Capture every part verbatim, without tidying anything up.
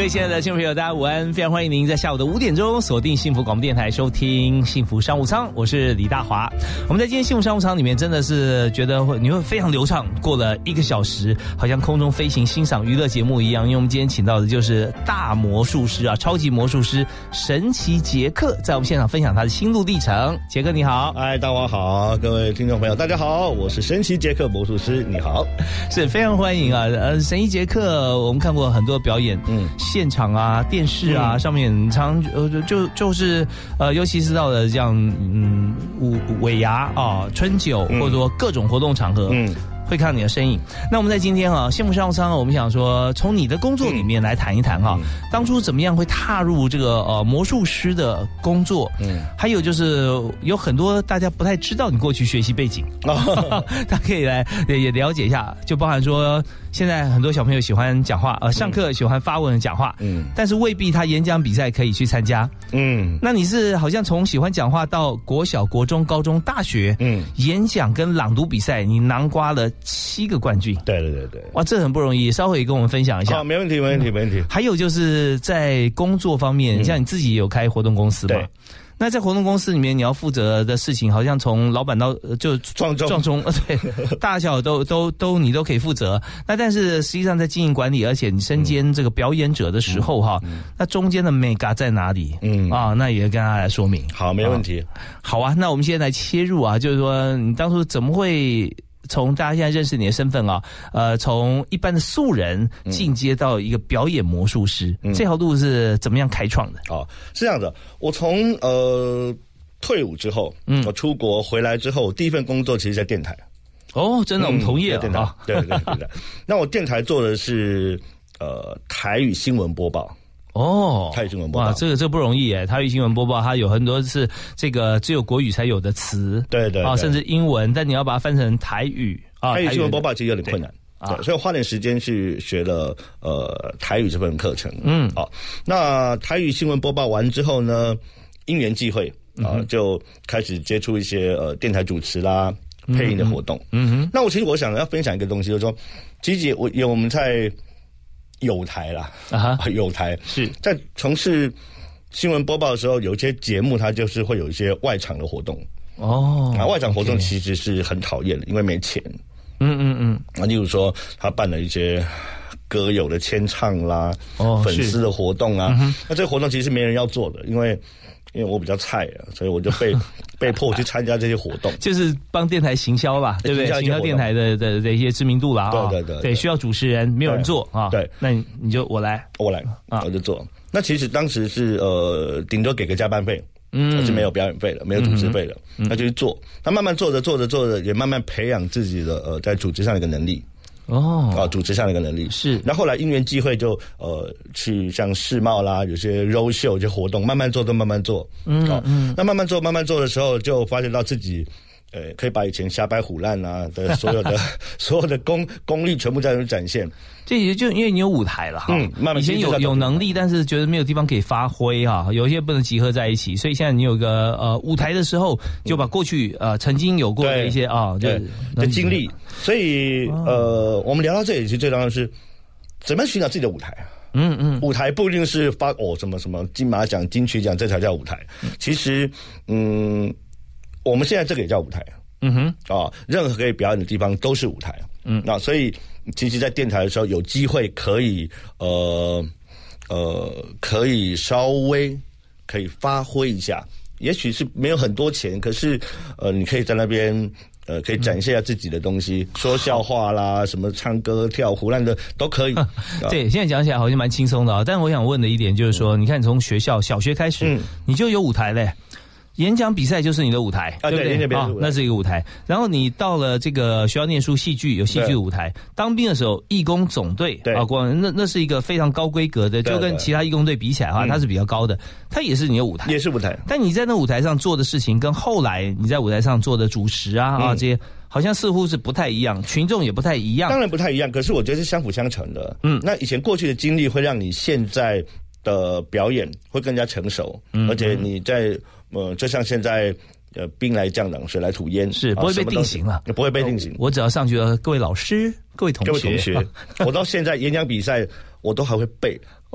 位亲爱的听众朋友，大家午安！非常欢迎您在下午的五点钟锁定幸福广播电台收听幸福商务舱，我是李大华。我们在今天幸福商务舱里面真的是觉得会你会非常流畅，过了一个小时，好像空中飞行欣赏娱乐节目一样。因为我们今天请到的就是大魔术师啊，超级魔术师神奇杰克，在我们现场分享他的心路历程。杰克你好。 嗨，大华好，各位听众朋友大家好，我是神奇杰克魔术师，你好。 是非常欢迎啊！呃，神奇杰克我们看过很多表演，嗯。现场啊，电视啊，嗯、上面常呃就就是呃，尤其是到了这样嗯尾尾牙啊、春酒、嗯、或者说各种活动场合，嗯，会看到你的身影。那我们在今天啊，幸福商务舱，我们想说从你的工作里面来谈一谈哈、啊，嗯、当初怎么样会踏入这个呃魔术师的工作？嗯，还有就是有很多大家不太知道你过去学习背景，哦、大家可以来也了解一下，就包含说。现在很多小朋友喜欢讲话，呃，上课喜欢发问讲话，嗯，但是未必他演讲比赛可以去参加，嗯，那你是好像从喜欢讲话到国小、国中、高中、大学，嗯，演讲跟朗读比赛，你囊括了七个冠军， 对对对对， 哇，这很不容易，稍微跟我们分享一下。 好，没问题，没问题，没问题。 还有就是在工作方面，嗯、像你自己有开活动公司嘛？ 对。 那在活动公司里面，你要负责的事情，好像从老板到就撞钟， 撞钟，对，大小都都都你都可以负责。那但是实际上在经营管理，而且你身兼这个表演者的时候，哈、嗯嗯，那中间的 mega 在哪里？嗯啊，那也跟大家来说明。 好，没问题。 好啊，那我们现在来切入啊，就是说你当初怎么会？从大家现在认识你的身份啊，呃，从一般的素人进阶到一个表演魔术师，嗯、这条路是怎么样开创的？ 哦，是这样的，我从呃退伍之后，嗯，我出国回来之后，第一份工作其实在电台。 哦，真的，我们同业电台， 啊， 对对对对。那我电台做的是呃台语新闻播报。 哦， 台语新闻播报， 哇，这个这不容易耶！台语新闻播报，它有很多是这个只有国语才有的词， 对 对, 对啊，甚至英文，但你要把它翻成台语啊， 台语新闻播报其实有点困难，对，对所以我花点时间去学了呃台语这份课程。嗯，好，那台语新闻播报完之后呢，因缘际会啊、呃，就开始接触一些呃电台主持啦、配音的活动。嗯哼，那我其实我想要分享一个东西，就是说，其实我有我们在。有台啦，啊哈，有台是在从事新闻播报的时候，有一些节目它就是会有一些外场的活动哦，啊，外场活动其实是很讨厌的，因为没钱。嗯嗯嗯，啊，例如说他办了一些歌友的签唱啦，哦，粉丝的活动啊，嗯、那这个活动其实没人要做的，因为。因为我比较菜啊，所以我就被被迫去参加这些活动， 就是帮电台行销吧，对不对？行销电台的的的一些知名度啦， 对对对， 对，需要主持人，没有人做啊， 对， 那你你就我来， 我来啊，我就做。那其实当时是呃，顶多给个加班费，嗯，是没有表演费的，没有主持费的，那就去做。那慢慢做着做着做着，也慢慢培养自己的呃，在主持上的一个能力。哦，啊，主持上的一个能力是。 那后来因缘际会就呃去像世贸啦，有些 road show 这些活动，慢慢做都慢慢做。嗯嗯。那慢慢做慢慢做的时候，就发现到自己呃可以把以前瞎掰唬烂啊的所有的所有的功功力全部在那展现。 这也就因为你有舞台了哈， 嗯，慢慢以前有有能力，但是觉得没有地方可以发挥哈，有一些不能集合在一起，所以现在你有个呃舞台的时候，就把过去呃曾经有过的一些啊， 对的经历，所以呃我们聊到这里，其实最重要的是怎么寻找自己的舞台啊。嗯嗯，舞台不一定是发哦什么什么金马奖、金曲奖，这才叫舞台。其实嗯，我们现在这个也叫舞台。嗯哼，啊，任何可以表演的地方都是舞台。嗯，那所以。其实，在电台的时候，有机会可以呃呃，可以稍微可以发挥一下。也许是没有很多钱，可是呃，你可以在那边呃，可以展现一下自己的东西，说笑话啦，什么唱歌、跳胡乱的都可以。 对，现在讲起来好像蛮轻松的啊。但我想问的一点就是说，嗯、你看从学校小学开始，嗯、你就有舞台嘞。演讲比赛就是你的舞台， 啊、 对不对？ 对啊， 那是一个舞台。然后你到了这个学校念书，戏剧有戏剧的舞台。当兵的时候，义工总队， 对啊，光那那是一个非常高规格的，就跟其他义工队比起来的话，嗯、它是比较高的，它也是你的舞台， 也是舞台。 但你在那舞台上做的事情，跟后来你在舞台上做的主持啊、嗯、啊这些，好像似乎是不太一样，群众也不太一样。 当然不太一样，可是我觉得是相辅相成的。嗯，那以前过去的经历会让你现在的表演会更加成熟，嗯、而且你在。呃，就像现在，呃，兵来将挡，水来土掩， 是不会被定型了， 不会被定型。 我只要上去了，各位老师、各位同学， 各位同学，我到现在演讲比赛我都还会背。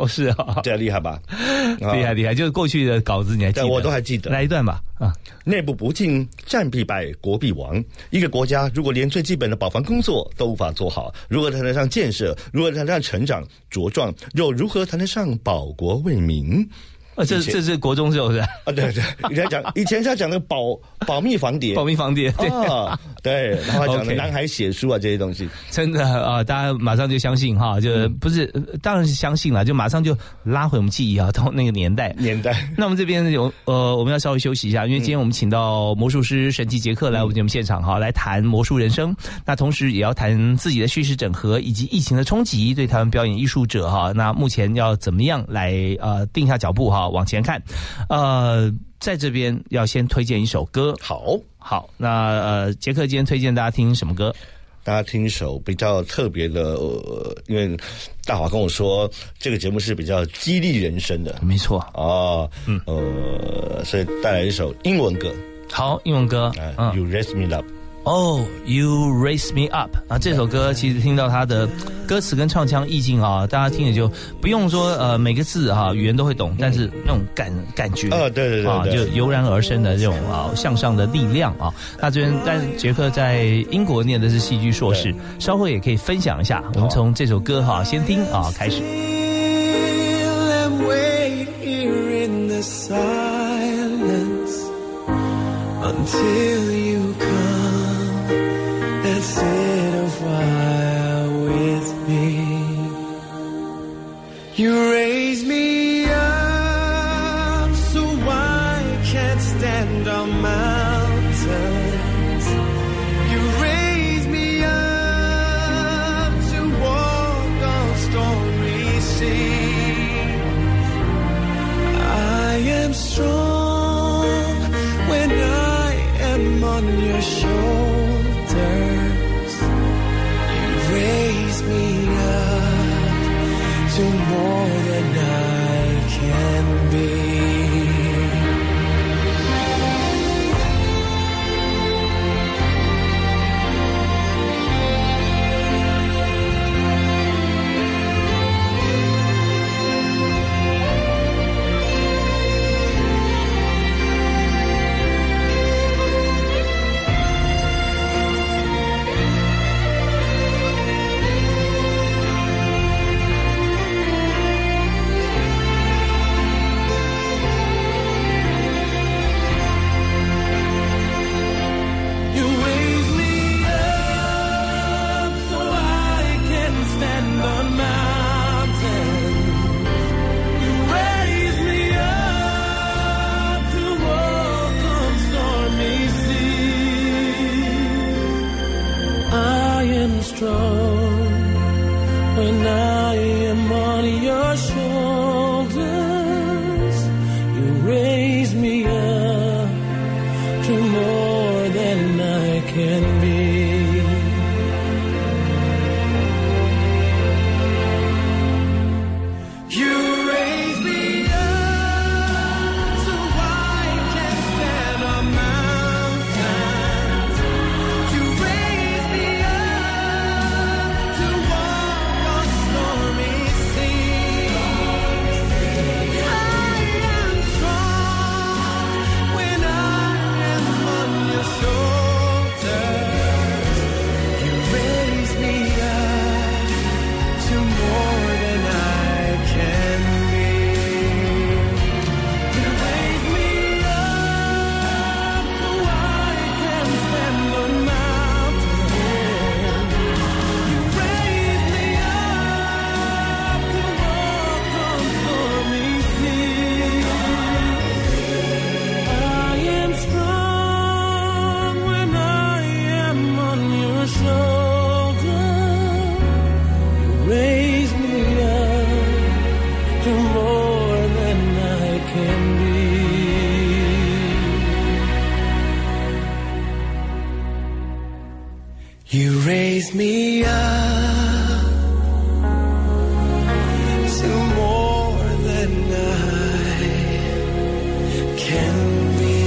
哦，是啊， 这样厉害吧？ 厉害厉害，就是过去的稿子你还记得？ 我都还记得。 来一段吧。啊， 内部不进，战必败，国必亡。一个国家如果连最基本的保防工作都无法做好，如何谈得上建设？如何谈得上成长茁壮？又如何谈得上保国卫民？ 啊，这这是国中时候是吧？ 啊，对对，以前讲以前是要讲那个保保密防谍， 保密防谍，对、 啊、对，然后还讲的南海写书啊这些东西， 真的啊，大家马上就相信哈，就不是当然是相信了，就马上就拉回我们记忆啊，到那个年代年代。 那我们这边有呃，我们要稍微休息一下，因为今天我们请到魔术师神奇杰克来我们节目现场哈，来谈魔术人生，那同时也要谈自己的叙事整合以及疫情的冲击对台湾表演艺术者哈，那目前要怎么样来呃定下脚步哈？往前看，呃，在这边要先推荐一首歌。 好， 好，那呃，杰克今天推荐大家听什么歌？ 大家听一首比较特别的，呃，因为大华跟我说这个节目是比较激励人生的， 没错哦，嗯，呃，所以带来一首英文歌。 好，英文歌， 嗯 ，You Raise Me Up。 哦、oh, ，You Raise Me Up 啊！这首歌其实听到它的歌词跟唱腔意境啊，大家听了就不用说呃每个字哈、啊、语言都会懂，但是那种感感觉啊，对对对啊，就油然而生的这种啊向上的力量啊。那这边但杰克在英国念的是戏剧硕士，稍后也可以分享一下。我们从这首歌哈、啊、先听啊开始。 Sit a while with me. You raise me up so I can't stand on mountains. You raise me up to walk on stormy seas. I am strong when I am on your shoulders. Raise me up to more than I can be. When I am on your shoulders, you raise me up to more than I can be. You raise me up to more than I can be.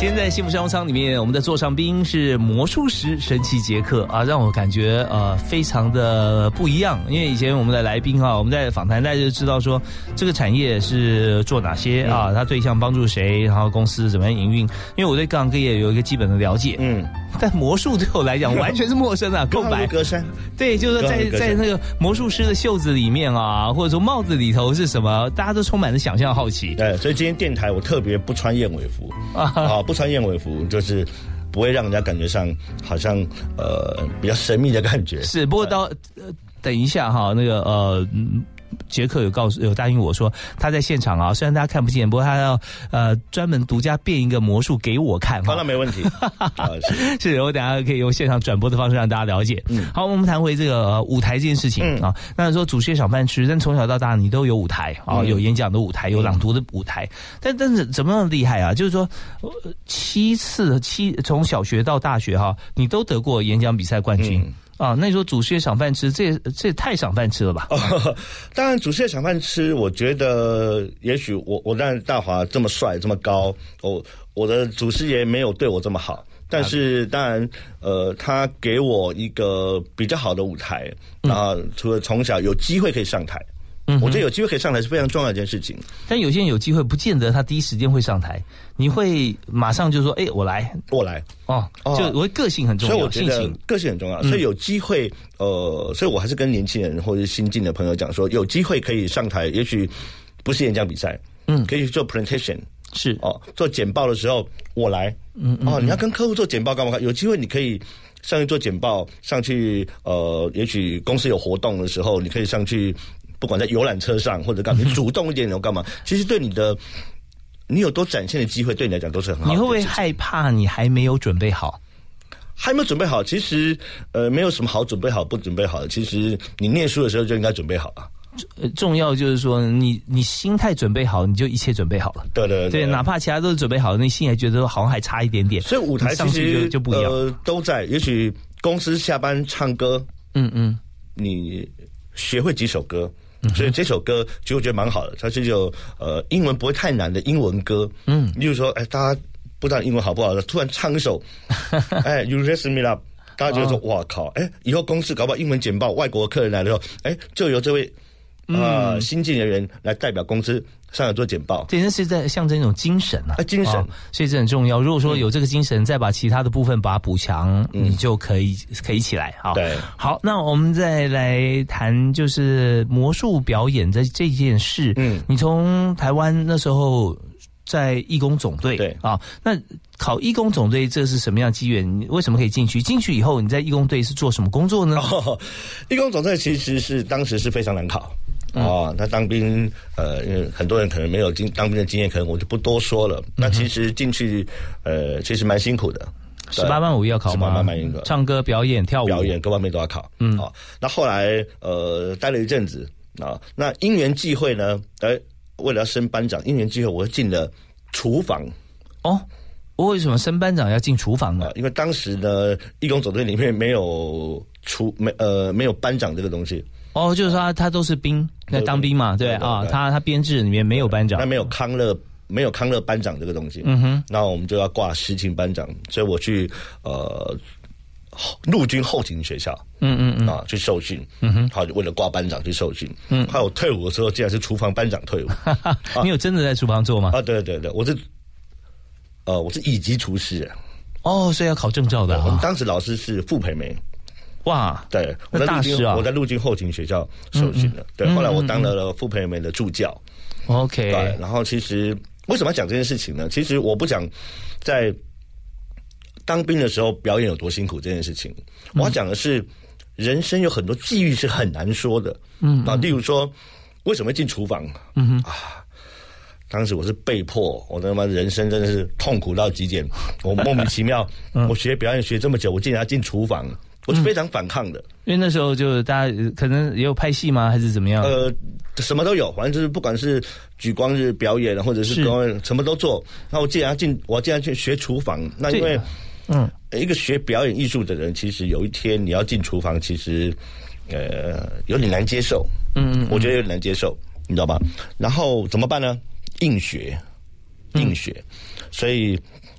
今天在幸福商务舱里面，我们的座上宾是魔术师神奇杰克啊，让我感觉呃非常的不一样。因为以前我们的来宾啊，我们在访谈大家就知道说这个产业是做哪些啊，他对象帮助谁，然后公司怎么样营运。因为我对各行各业有一个基本的了解，嗯，但魔术对我来讲完全是陌生的、啊，空白。 隔山， 对，就是说在在那个魔术师的袖子里面啊，或者说帽子里头是什么，大家都充满了想象好奇。 对，所以今天电台我特别不穿燕尾服啊。啊，不穿燕尾服就是不会让人家感觉上好像呃比较神秘的感觉。 是，不过到呃等一下哈，那个呃。杰克有告诉有答应我说他在现场啊，虽然大家看不见，不过他要呃专门独家变一个魔术给我看。 好，那没问题。 啊、是, 是我等一下可以用现场转播的方式让大家了解。嗯，好，我们谈回这个、呃、舞台这件事情、嗯、啊。那说主事业赏饭吃，但从小到大你都有舞台啊，有演讲的舞台，有朗读的舞台。但但是怎么样厉害啊？就是说、呃、七次七从小学到大学哈、啊，你都得过演讲比赛冠军。嗯啊，那你说主事业赏饭吃，这也这也太赏饭吃了吧？ 哦，当然主事业赏饭吃，我觉得也许我我当然大华这么帅这么高，我我的主事业没有对我这么好，但是当然呃，他给我一个比较好的舞台，然后除了从小有机会可以上台。嗯，我觉得有机会可以上台是非常重要的一件事情。 但有些人有机会，不见得他第一时间会上台。你会马上就说：“哎、欸，我来， 我来。” 哦，就我个性很重要， 所以我觉得个性很重要。所以有机会，呃，所以我还是跟年轻人或者是新进的朋友讲说，有机会可以上台，也许不是演讲比赛，嗯，可以去做 presentation， 是哦，做简报的时候我来，嗯, 嗯哦，你要跟客户做简报干嘛？有机会你可以上去做简报，上去呃，也许公司有活动的时候，你可以上去。不管在游览车上或者干嘛，你主动一点，你要干嘛？其实对你的，你有多展现的机会，对你来讲都是很好的。 你会不会害怕你还没有准备好？ 还没有准备好，其实呃，没有什么好准备好不准备好的。其实你念书的时候就应该准备好了。 重要就是说你你心态准备好，你就一切准备好了。 对对 对, 对，哪怕其他都是准备好了，你心里觉得好像还差一点点。 所以舞台其实就就不一样， 呃，都在。也许公司下班唱歌，嗯嗯，你学会几首歌。所以这首歌其实我觉得蛮好的，它是有呃英文不会太难的英文歌，嗯，例如说，哎，大家不知道英文好不好的，突然唱一首，哎 ，You Raise Me Up， 大家觉得说，哇靠，哎，以后公司搞不好英文简报，外国客人来了后，哎，就由这位啊、呃、新进人员来代表公司上来做简报， 这件是在象征一种精神啊， 啊精神、哦， 所以这很重要。如果说有这个精神，嗯、再把其他的部分把它补强，嗯、你就可以可以起来。好， 对， 好，那我们再来谈就是魔术表演的这件事。嗯，你从台湾那时候在义工总队， 对啊，那考义工总队这是什么样的机缘？你为什么可以进去？进去以后你在义工队是做什么工作呢？ 哦，义工总队其实是当时是非常难考。哦，那当兵，呃，因为很多人可能没有经当兵的经验，可能我就不多说了。嗯、那其实进去，呃，其实蛮辛苦的。 十八般武艺要考吗？ 十八般蛮辛苦， 唱歌、表演、跳舞、 表演各方面都要考。嗯，好、哦，那后来呃待了一阵子啊，那因缘际会呢，哎，为了要升班长，因缘际会我进了厨房。 哦，我为什么升班长要进厨房呢、 啊？因为当时呢，义工总队里面没有厨没呃没有班长这个东西。 哦，就是说他他都是兵，那当兵嘛，对啊，他他编制里面没有班长， 那没有康乐，没有康乐班长这个东西。嗯哼，那我们就要挂实勤班长，所以我去呃陆军后勤学校，嗯嗯嗯啊去受训，嗯哼，好为了挂班长去受训，嗯，还有退伍的时候竟然是厨房班长退伍， 啊、你有真的在厨房做吗？ 啊，对对对，我是呃我是乙级厨师， 哦，所以要考证照的、啊。 我们当时老师是傅培梅。 哇， 对，我在陆军、啊，我在陆军后勤学校受训的。嗯嗯对，后来我当了傅培梅的助教。 OK， 对，然后其实为什么要讲这件事情呢？其实我不讲在当兵的时候表演有多辛苦这件事情，我要讲的是人生有很多际遇是很难说的。嗯，啊，例如说为什么会进厨房？嗯哼啊。当时我是被迫，我他妈人生真的是痛苦到极点。我莫名其妙，我学表演学这么久，我竟然要进厨房。我是非常反抗的、嗯， 因为那时候就大家可能也有拍戏吗，还是怎么样？ 呃，什么都有，反正就是不管是举光日表演，或者是什么都做。那我既然要进，我既然去学厨房，那因为嗯，一个学表演艺术的人，其实有一天你要进厨房，其实呃有点难接受。嗯, 嗯, 嗯，我觉得有点难接受，你知道吧？然后怎么办呢？硬学，硬学。嗯、所以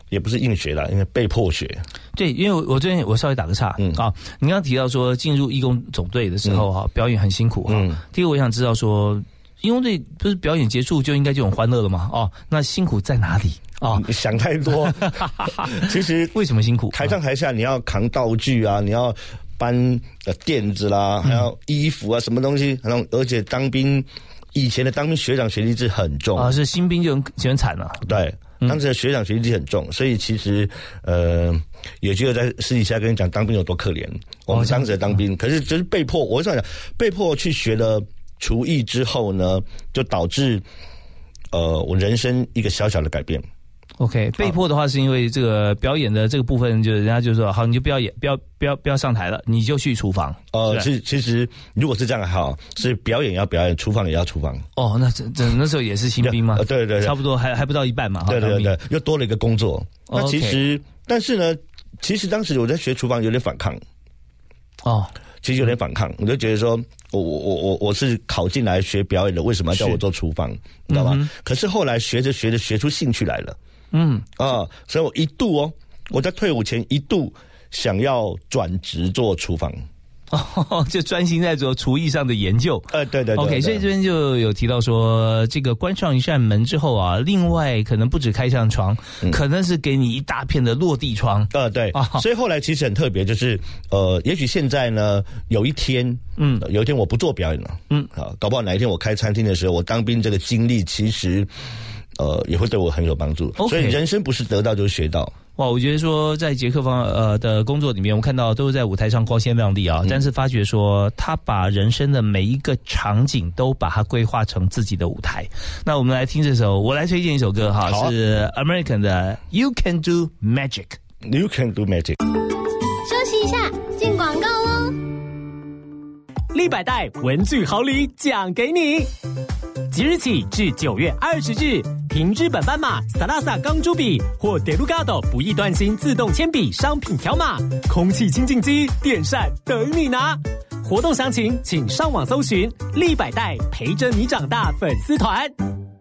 也不是硬学啦，因为被迫学。 对，因为我最近我稍微打个岔，嗯啊，你刚刚提到说进入义工总队的时候哈、嗯，表演很辛苦哈。嗯、第一个我想知道说，义工队不是表演结束就应该这种欢乐了吗？哦，那辛苦在哪里？哦， 你想太多。其实为什么辛苦？ 台上台下你要扛道具啊，你要搬呃垫子啦，还要衣服啊，什么东西，然后而且当兵以前的当兵学长学弟制很重啊，是新兵就很就很惨了、啊。 对。当时的学长学弟制很重，所以其实呃，有机会在私底下跟你讲当兵有多可怜。我们当时的当兵，可是就是被迫，我想讲被迫去学了厨艺之后呢，就导致呃我人生一个小小的改变。 OK， 被迫的话是因为这个表演的这个部分，就人家就说好，你就不要演，不要不要不要上台了，你就去厨房。 呃，其实其实如果是这样还好，是表演要表演，厨房也要厨房。 哦，那这这那时候也是新兵吗？ 呃、对, 对对， 差不多还还不到一半嘛。 对对 对, 对，又多了一个工作。 哦、 那其实， okay. 但是呢，其实当时我在学厨房有点反抗。 哦。 其实有点反抗，我就觉得说，我我我我我是考进来学表演的，为什么要叫我做厨房？你知道吗？嗯、可是后来学着学着学出兴趣来了。嗯啊，所以我一度哦，我在退伍前一度想要转职做厨房。 哦，就专心在做厨艺上的研究。 呃，对对对。 OK， 所以这边就有提到说，这个关上一扇门之后啊，另外可能不止开扇窗、嗯，可能是给你一大片的落地窗。 呃，对。啊、所以后来其实很特别，就是呃，也许现在呢，有一天，嗯，有一天我不做表演了，嗯，啊，搞不好哪一天我开餐厅的时候，我当兵这个经历其实，呃，也会对我很有帮助。Okay. 所以人生不是得到就是学到。 哇，我觉得说在杰克方呃的工作里面，我看到都是在舞台上光鲜亮丽啊、嗯，但是发觉说他把人生的每一个场景都把它规划成自己的舞台。那我们来听这首，我来推荐一首歌哈，啊、是 American 的 You Can Do Magic。You Can Do Magic。 休息一下，进广告喽。 立百代文具好礼奖给你。即日起至九月二十日，凭日本斑马、萨拉萨钢珠笔或 Delgado 不易断芯自动铅笔商品条码，空气清净机、电扇等你拿。活动详情请上网搜寻立百代陪着你长大粉丝团。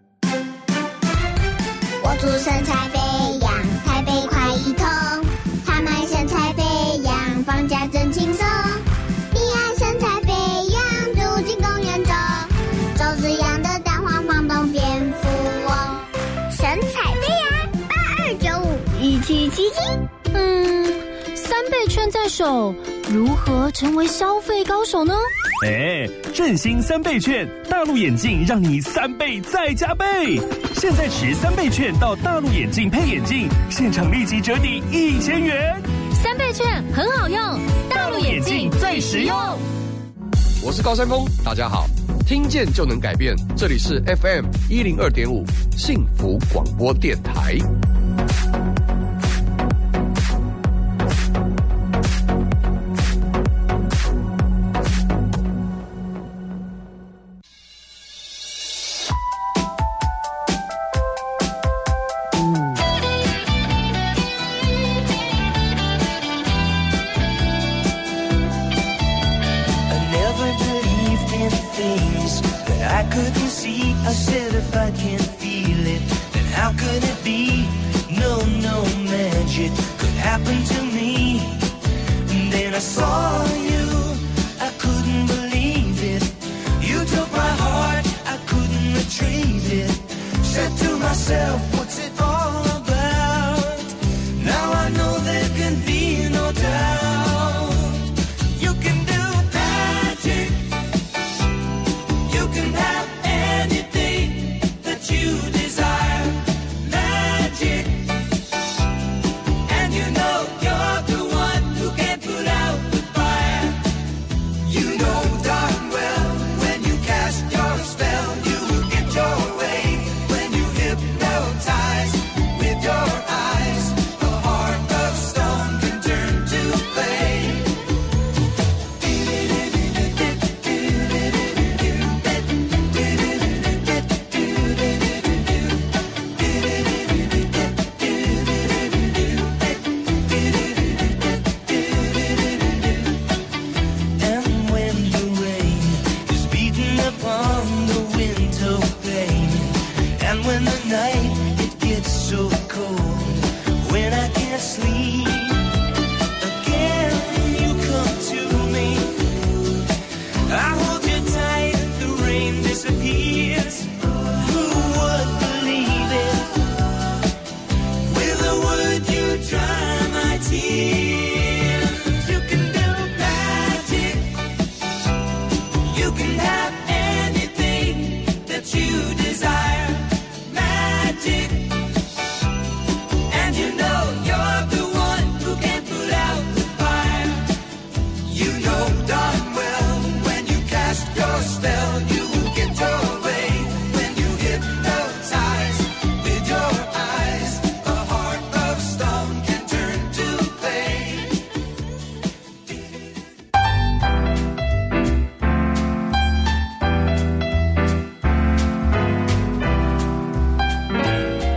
我出生才飞扬，台北快一通，他买身材飞扬，放假真轻松。你爱身材飞扬，住进公园中，周子阳的蛋黄房东蝙蝠翁，神采飞扬，八二九五一七七七。 嗯，三倍券在手，如何成为消费高手呢？ 哎，振兴三倍券，大陆眼镜让你三倍再加倍。现在持三倍券到大陆眼镜配眼镜，现场立即折抵一千元。 三倍券很好用，大陆眼镜最实用。 我是高山峰，大家好，听见就能改变，这里是 F M 一零二点五幸福广播电台。 I said if I can't feel it, then how could it be? No, no magic could happen to me. And then I saw you, I couldn't believe it. You took my heart, I couldn't retrieve it. Said to myself, what's it all about? Now I know there can be no doubt. You can do magic. You can have anything that you desire, magic, and you know you're the one who can put out the fire. You know darn well when you cast your spell, you will get your way when you hypnotize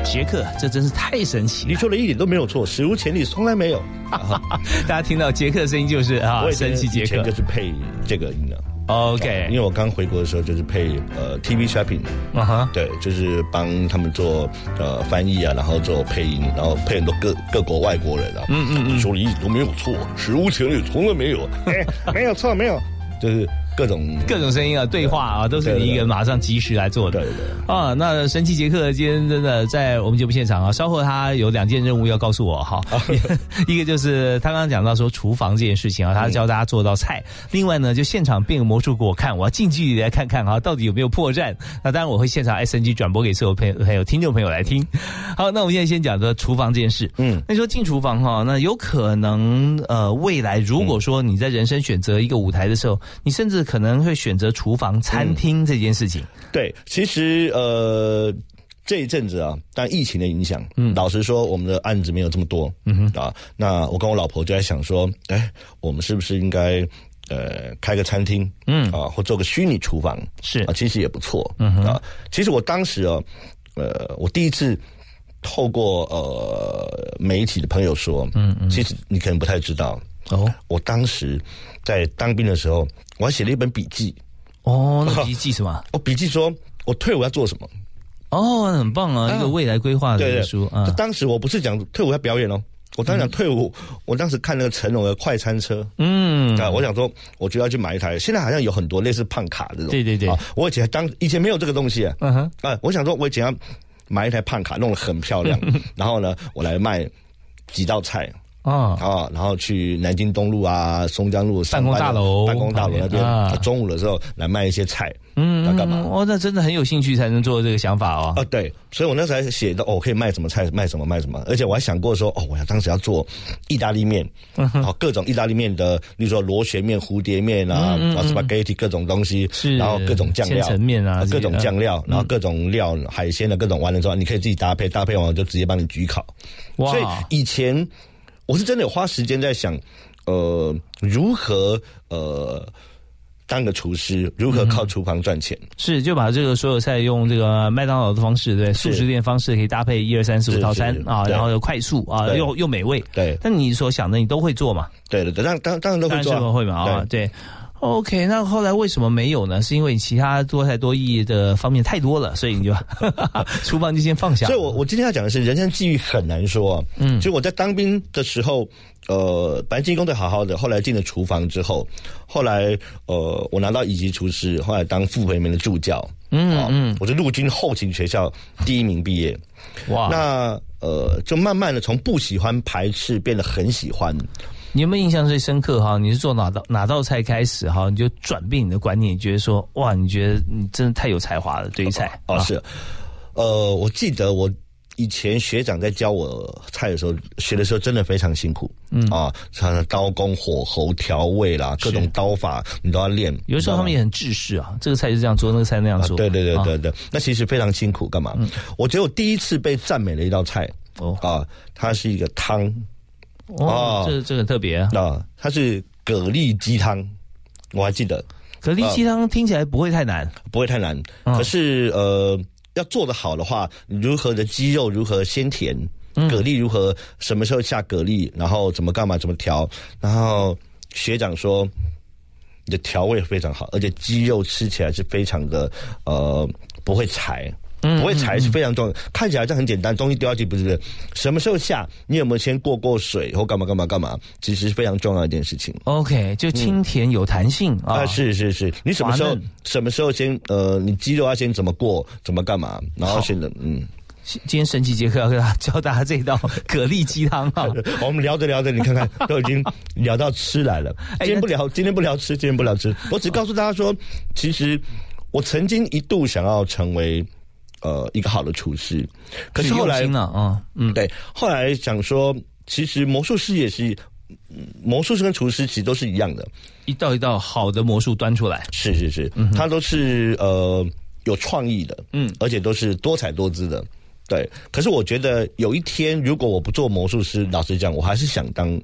杰克，这真是太神奇了。 你说的一点都没有错，史无前例，从来没有。 大家听到杰克的声音就是啊，神奇杰克就是配这个音的。 OK， 因为我刚回国的时候就是配呃 T V Shopping， 啊哈， 对，就是帮他们做呃翻译啊，然后做配音，然后配很多各各国外国人啊，嗯嗯嗯，说的一点都没有错，史无前例，从来没有，哎，没有错，没有，就是各种各种声音啊，对话啊，都是你一个人马上及时来做的。 对对啊，那神奇杰克今天真的在我们节目现场啊，稍后他有两件任务要告诉我哈，一个就是他刚刚讲到说厨房这件事情啊，他教大家做道菜，另外呢就现场变个魔术给我看，我要近距离来看看啊，到底有没有破绽。那当然我会现场 S N G 转播给所有朋友还有听众朋友来听。好，那我们现在先讲的厨房这件事，嗯，那说进厨房哈，那有可能呃未来如果说你在人生选择一个舞台的时候，你甚至可能会选择厨房、餐厅这件事情。 嗯、对，其实呃这一阵子啊，但疫情的影响，嗯，老实说，我们的案子没有这么多，嗯哼啊。那我跟我老婆就在想说，哎，我们是不是应该呃开个餐厅，嗯啊，或做个虚拟厨房， 是啊，其实也不错，嗯哼啊。其实我当时啊，呃，我第一次透过呃媒体的朋友说，嗯嗯，其实你可能不太知道哦，我当时在当兵的时候，我还写了一本笔记。 哦，那笔记什么？ 我笔记说我退伍要做什么。 哦，很棒啊，一个未来规划的一个书啊。 当时我不是讲退伍要表演哦，我当时讲退伍，我当时看那个成龙的快餐车，嗯啊，我想说我就要去买一台。现在好像有很多类似胖卡这种， 对对对。 啊，我以前当以前没有这个东西啊，嗯哼啊，我想说我以前要买一台胖卡，弄得很漂亮，然后呢，我来卖几道菜。啊啊！然后去南京东路啊、松江路办公大楼、 办公大楼那边，啊、中午的时候来卖一些菜，嗯，要干嘛？ 哦，那真的很有兴趣才能做这个想法哦。 啊，对，所以我那时候还写的哦，可以卖什么菜，卖什么卖什么，而且我还想过说，哦，我要当时要做意大利面，嗯、好各种意大利面的，例如说螺旋面、蝴蝶面啊，嗯、然后 spaghetti 各种东西， 是， 然后各种酱料、 千层面啊， 各种酱料，然后各种料、海鲜的各种完了之后，你可以自己搭配，搭配完就直接帮你焗烤。哇！所以以前。我是真的有花时间在想，呃，如何呃当个厨师，如何靠厨房赚钱？嗯、 是，就把这个所有菜用这个麦当劳的方式，对，速食店方式可以搭配一二三四五套餐啊，然后又快速啊，又又美味。 对， 但你所想的你都会做嘛？ 对对对，当当当然都会做、啊， 当然会嘛啊，对。对OK， 那后来为什么没有呢？是因为其他多才多艺的方面太多了，所以你就厨房就先放下。 所以我我今天要讲的是人生际遇很难说啊。嗯，就我在当兵的时候，呃，本来进工队好好的，后来进了厨房之后，后来呃，我拿到一级厨师，后来当副培员的助教。嗯嗯，我是陆军后勤学校第一名毕业。哇，那呃，就慢慢的从不喜欢排斥变得很喜欢。 你有没有印象最深刻哈？你是做哪道哪道菜开始哈？你就转变你的观念，觉得说哇，你觉得你真的太有才华了，对于菜哦，哦是，呃，我记得我以前学长在教我菜的时候，学的时候真的非常辛苦，嗯啊，像刀工、火候、调味啦，各种刀法你都要练。 有的时候他们也很制式啊，这个菜是这样做，那个菜那样做。 啊、对对对对对，啊、那其实非常辛苦，干嘛？嗯、我觉得我第一次被赞美的一道菜哦啊，它是一个汤。 哦，这这个特别啊！它是蛤蜊鸡汤，我还记得。 蛤蜊鸡汤听起来不会太难， 不会太难。嗯、可是呃，要做得好的话，如何的鸡肉如何鲜甜，蛤蜊如何什么时候下蛤蜊，然后怎么干嘛怎么调。然后学长说，你的调味非常好，而且鸡肉吃起来是非常的呃不会柴。不会柴是非常重要的，看起来这很简单，东西丢下去不是什么时候下，你有没有先过过水或干嘛干嘛干嘛，其实是非常重要的一件事情。 OK， 就清甜有弹性、嗯、啊， 是是是，你什么时候什么时候先呃，你鸡肉要先怎么过，怎么干嘛，然后先的嗯。 今天神奇杰克要教大家这道蛤蜊鸡汤啊！ 我们聊着聊着，你看看都已经聊到吃来了。今天不聊，今天不聊吃，今天不聊吃。我只告诉大家说，其实我曾经一度想要成为。呃，一个好的厨师，可是后来呢，啊，嗯， 对，后来想说，其实魔术师也是，魔术师跟厨师其实都是一样的， 一道一道好的魔术端出来， 是是是，嗯、它都是呃有创意的，嗯，而且都是多彩多姿的，对。可是我觉得有一天，如果我不做魔术师，老实讲，我还是想当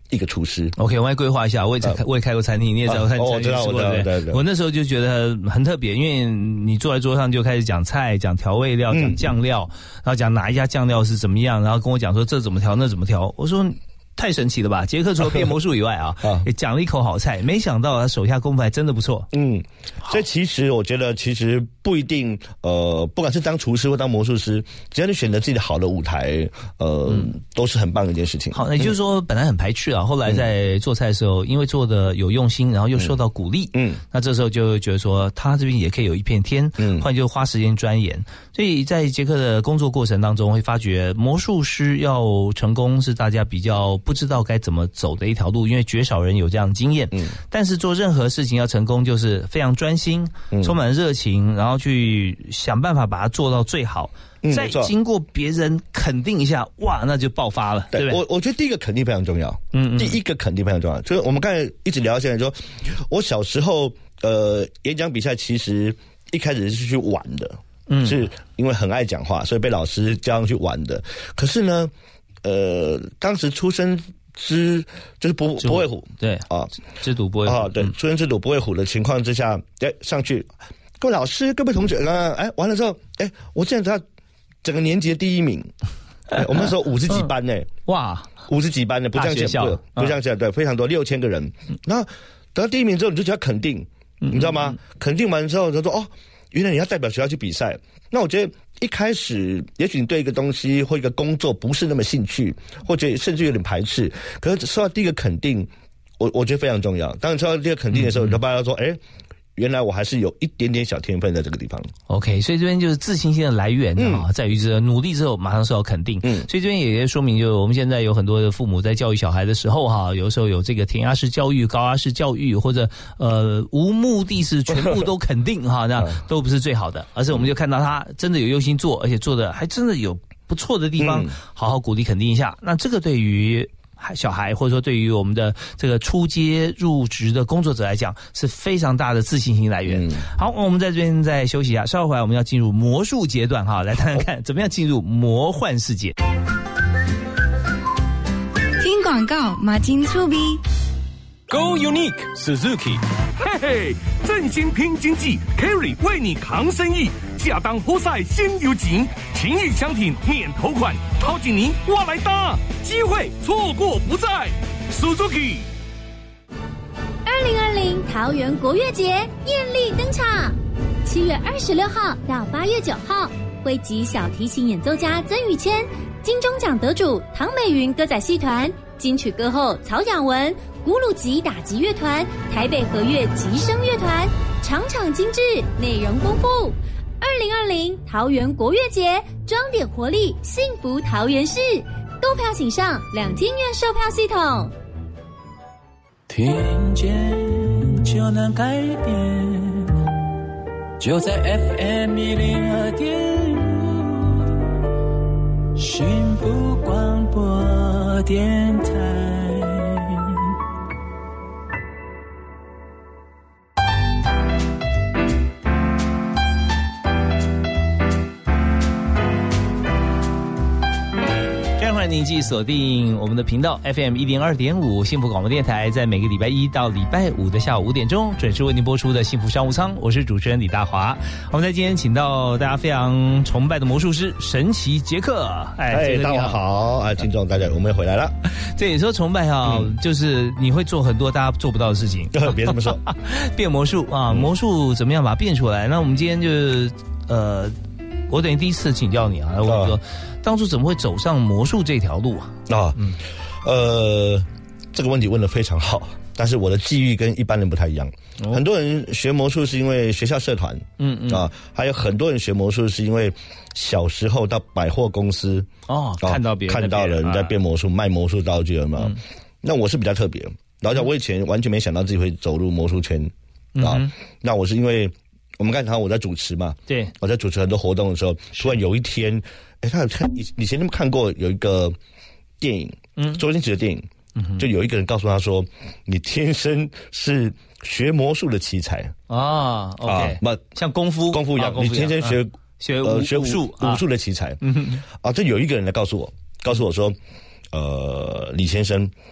一个厨师。 OK， 我来规划一下，我也开、呃、我也开过餐厅，你也知道餐厅、 哦、我知道我知道，对对对。 我那时候就觉得很特别，因为你坐在桌上就开始讲菜、讲调味料、讲酱料、嗯，然后讲哪一家酱料是怎么样，然后跟我讲说这怎么调那怎么调。我说太神奇了吧！杰克除了变魔术以外啊，也讲了一口好菜，没想到他手下功夫还真的不错。嗯， 所以其实我觉得，其实不一定，呃，不管是当厨师或当魔术师，只要你选择自己的好的舞台，呃，嗯、都是很棒的一件事情。 好，也就是说，本来很排斥啊，后来在做菜的时候，因为做的有用心，然后又受到鼓励，嗯，那这时候就觉得说，他这边也可以有一片天，嗯，后来就花时间钻研。所以在杰克的工作过程当中，会发觉魔术师要成功是大家比较不知道该怎么走的一条路，因为绝少人有这样的经验。嗯，但是做任何事情要成功，就是非常专心，嗯、充满热情，然后去想办法把它做到最好。嗯、再经过别人肯定一下，哇，那就爆发了，对不对？ 我我觉得第一个肯定非常重要。嗯，第一个肯定非常重要，就是我们刚才一直聊到现在说，我小时候呃演讲比赛其实一开始是去玩的。嗯，是因为很爱讲话，所以被老师叫上去玩的。可是呢，呃，当时出生之就是不不会虎， 对啊，知赌不会虎啊，对，出生之赌不会虎的情况之下，哎，上去，各位老师、各位同学呢，哎，完了之后，哎，我竟然得到整个年级的第一名。哎，我们那时候五十几班呢、欸嗯，哇，五十几班呢，不像现在，不像现在，对，非常多，六千个人。然后得到第一名之后，你就觉得肯定，嗯、你知道吗？嗯、肯定完之后，他说哦。原来你要代表学校去比赛，那我觉得一开始也许你对一个东西或一个工作不是那么兴趣，或者甚至有点排斥，可是受到第一个肯定，我我觉得非常重要。当你受到第一个肯定的时候，你就大家说，哎。原来我还是有一点点小天分在这个地方。 OK， 所以这边就是自信心的来源啊，嗯、在于这努力之后马上受到肯定。嗯，所以这边也说明，就是我们现在有很多的父母在教育小孩的时候哈，有时候有这个填鸭式教育、高压式教育，或者呃无目的是全部都肯定哈，那都不是最好的。而是我们就看到他真的有用心做，而且做的还真的有不错的地方，嗯、好好鼓励肯定一下。那这个对于小孩或者说对于我们的这个初阶入职的工作者来讲是非常大的自信心来源。嗯、好，我们在这边再休息一下，稍后回来我们要进入魔术阶段哈，来看看怎么样进入魔幻世界。 听广告，马金粗逼。 Go Unique Suzuki， 嘿嘿，振兴拼经济 ，Kerry 为你扛生意，下当活塞先有钱，情谊相挺免头款，掏紧你我来搭，机会错过不再 ，Suzuki。 二零二零桃园国乐节艳丽登场，七月二十六号到八月九号，汇集小提琴演奏家曾宇谦、金钟奖得主唐美云歌仔戏团、金曲歌后曹雅文。古鲁吉打击乐团、台北和乐吉声乐团，场场精致，内容丰富。二零二零桃园国乐节，装点活力，幸福桃园市。购票请上两厅院售票系统。 听见就能改变，就在 F M 一零二点五，幸福广播电台。 欢迎您继续锁定我们的频道 F M 一零二点五幸福广播电台，在每个礼拜一到礼拜五的下午五点钟准时为您播出的幸福商务舱，我是主持人李大华。我们在今天请到大家非常崇拜的魔术师神奇杰克。 哎，大家好啊，听众大家，我们回来了。 这也说崇拜哈、嗯，就是你会做很多大家做不到的事情。 别这么说， 变魔术啊，魔术怎么样把它变出来？那我们今天就是呃，我等于第一次请教你啊，我说。当初怎么会走上魔术这条路啊？啊， 嗯，呃，这个问题问得非常好，但是我的际遇跟一般人不太一样。哦、很多人学魔术是因为学校社团，嗯嗯啊，还有很多人学魔术是因为小时候到百货公司哦，看到别人看到人在变魔术、啊、卖魔术道具了嘛、嗯。那我是比较特别，老实讲，我以前完全没想到自己会走入魔术圈、嗯、啊。那我是因为我们刚才谈我在主持嘛， 对， 我在主持很多活动的时候，突然有一天。哎，他有看以以前你们看过有一个电影，嗯，周星驰的电影，嗯，就有一个人告诉他说，你天生是学魔术的奇才啊 ，OK， 那、啊、 像功夫功夫一样，啊、你天生学、啊、 学呃学武术武术的奇才，嗯啊，这有一个人来告诉我，告诉我说，呃，李先生，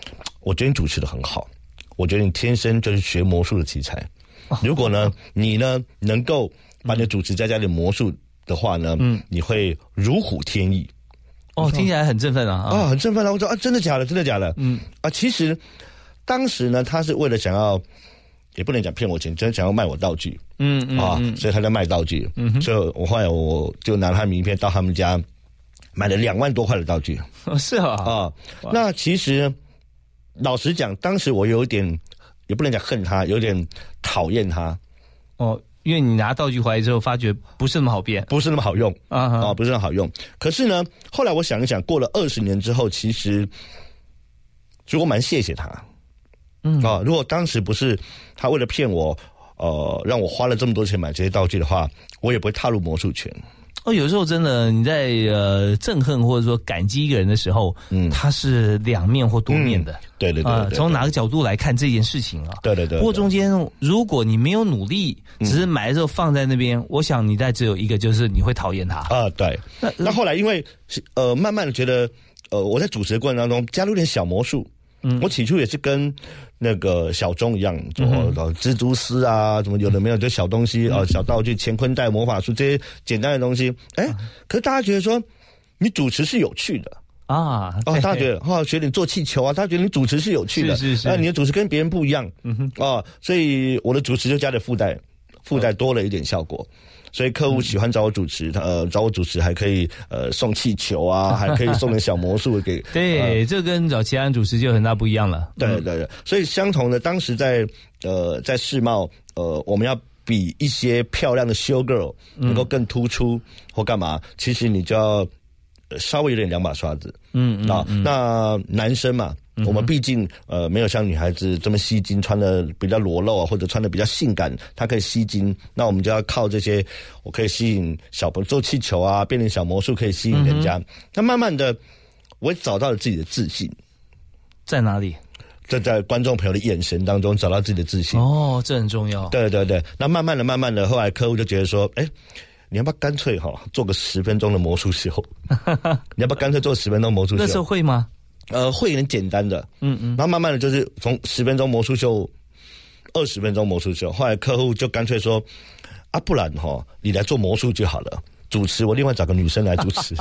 我觉得你主持的很好，我觉得你天生就是学魔术的奇才。如果呢，你呢能够把你的主持再加点魔术的话呢，嗯，你会如虎添翼。 哦，听起来很振奋啊！ 啊，很振奋啊！我说啊，真的假的？真的假的？嗯啊，其实当时呢，他是为了想要，也不能讲骗我钱，真的想要卖我道具。嗯嗯啊，所以他在卖道具。嗯，所以我后来我就拿他名片到他们家买了两万多块的道具。 哦，是啊啊，那其实老实讲，当时我有点也不能讲恨他，有点讨厌他。 哦。因为你拿道具回来之后，发觉不是那么好变， 不是那么好用啊啊，不是那么好用。可是呢，后来我想一想，过了二十年之后，其实，其实我蛮谢谢他，嗯啊，如果当时不是他为了骗我，呃，让我花了这么多钱买这些道具的话，我也不会踏入魔术圈。 哦，有时候真的你在呃憎恨或者说感激一个人的时候，嗯，他是两面或多面的， 嗯、对对 对, 对, 对, 对， 从、呃、哪个角度来看这件事情啊？ 对对 对, 对。 不过中间如果你没有努力，只是买的时候放在那边，嗯、我想你在只有一个，就是你会讨厌他啊。对。那那后来因为呃，慢慢的觉得呃，我在主持的过程当中加入点小魔术，嗯，我起初也是跟那个小钟一样，做蜘蛛丝啊，什么有的没有，就小东西啊、呃，小道具、乾坤袋、魔法术这些简单的东西。哎，可是大家觉得说你主持是有趣的啊，哦，大家觉得哦，学点做气球啊，大家觉得你主持是有趣的， 是是是， 那你的主持跟别人不一样，嗯哼，啊，所以我的主持就加点附带，附带多了一点效果。所以客户喜欢找我主持，呃，找我主持还可以呃送气球啊，还可以送点小魔术给。 对，呃、这跟找其他人主持就很大不一样了。 对对对，所以相同的，当时在呃在世贸，呃，我们要比一些漂亮的 show girl 能够更突出、嗯、或干嘛，其实你就要稍微有点两把刷子。嗯嗯啊，那男生嘛。我们毕竟呃没有像女孩子这么吸睛，穿的比较裸露啊，或者穿的比较性感，它可以吸睛。那我们就要靠这些，我可以吸引小朋友做气球啊，变成小魔术可以吸引人家。那、嗯、慢慢的，我也找到了自己的自信， 在哪里？ 在在观众朋友的眼神当中找到自己的自信。 哦，这很重要。 对对对，那慢慢的、慢慢的，后来客户就觉得说，哎，你要不要干脆哈做个十分钟的魔术秀？你要不要干脆做十分钟魔术秀？ 那时候会吗？ 呃，会有点简单的，嗯嗯，然后慢慢的就是从十分钟魔术秀，二十分钟魔术秀，后来客户就干脆说，啊，不然哈，你来做魔术就好了，主持我另外找个女生来主持。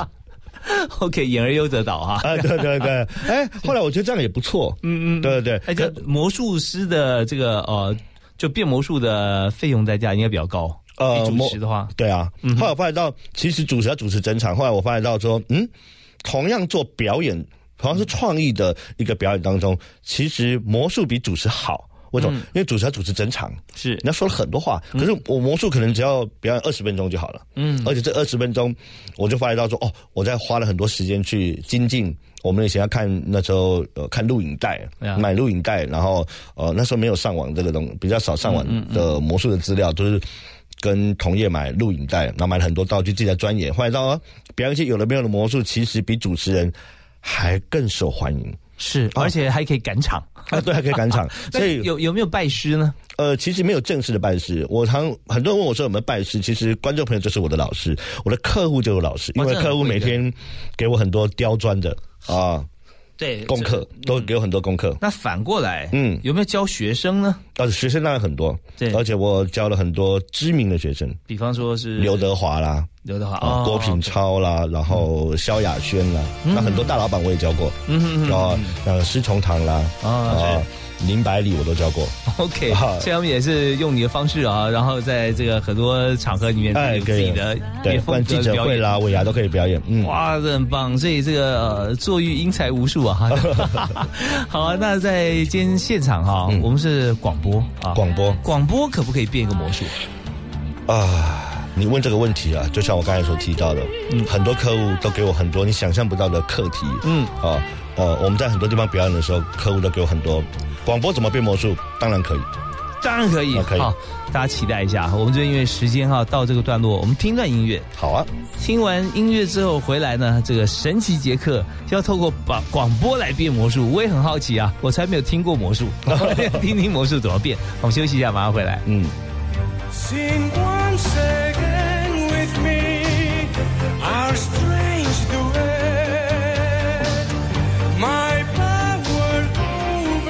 OK， 演而优则导哈。 啊，对对对，哎，后来我觉得这样也不错，嗯嗯，对对对。 哎，这魔术师的这个呃，就变魔术的费用代价应该比较高。呃，主持的话， 对啊。嗯、后来我发现到，其实主持要主持整场，后来我发现到说，嗯，同样做表演。好像是创意的一个表演当中，其实魔术比主持好。为什么？嗯、因为主持要主持整场，是人家说了很多话，可是我魔术可能只要表演二十分钟就好了。嗯，而且这二十分钟，我就发现到说，哦，我在花了很多时间去精进。我们以前要看那时候呃看录影带，买录影带，然后呃那时候没有上网这个东西，比较少上网的魔术的资料，都是跟同业买录影带，然后买了很多道具，自己在钻研。后来到表演一些有的没有的魔术，其实比主持人还更受欢迎， 是，而且还可以赶场啊，对，还可以赶场。所以有有没有拜师呢？ 呃，其实没有正式的拜师。我常很多人问我说有没有拜师，其实观众朋友就是我的老师，我的客户就是老师，因为客户每天给我很多刁钻的啊。 对， 功课都给我很多功课。 那反过来，嗯，有没有教学生呢？ 啊，学生当然很多，对，而且我教了很多知名的学生， 比方说是刘德华啦， 刘德华、 哦、郭品超啦，然后萧亚轩啦，嗯、那很多大老板我也教过，嗯嗯嗯，然后呃施崇棠啦，啊。林百里我都教过 ，OK， 所以他们也是用你的方式啊，然后在这个很多场合里面有自己的对风格的表演啦、尾牙都可以表演，嗯， 哇，这很棒，所以这个呃坐育英才无数啊。好啊，那在今天现场哈、啊，嗯、我们是广播啊， 广播， 广播可不可以变一个魔术啊？你问这个问题啊，就像我刚才所提到的，嗯，很多客户都给我很多你想象不到的课题，嗯，啊，呃，我们在很多地方表演的时候，客户都给我很多。广播怎么变魔术？当然可以， 当然可以。 可以， 好，大家期待一下。我们这因为时间哈到这个段落，我们听段音乐。 好啊， 听完音乐之后回来呢，这个神奇杰克要透过把广播来变魔术，我也很好奇啊，我才没有听过魔术，听听魔术怎么变。我们休息一下，马上回来。嗯。Sing once again with me, our strange duet. My power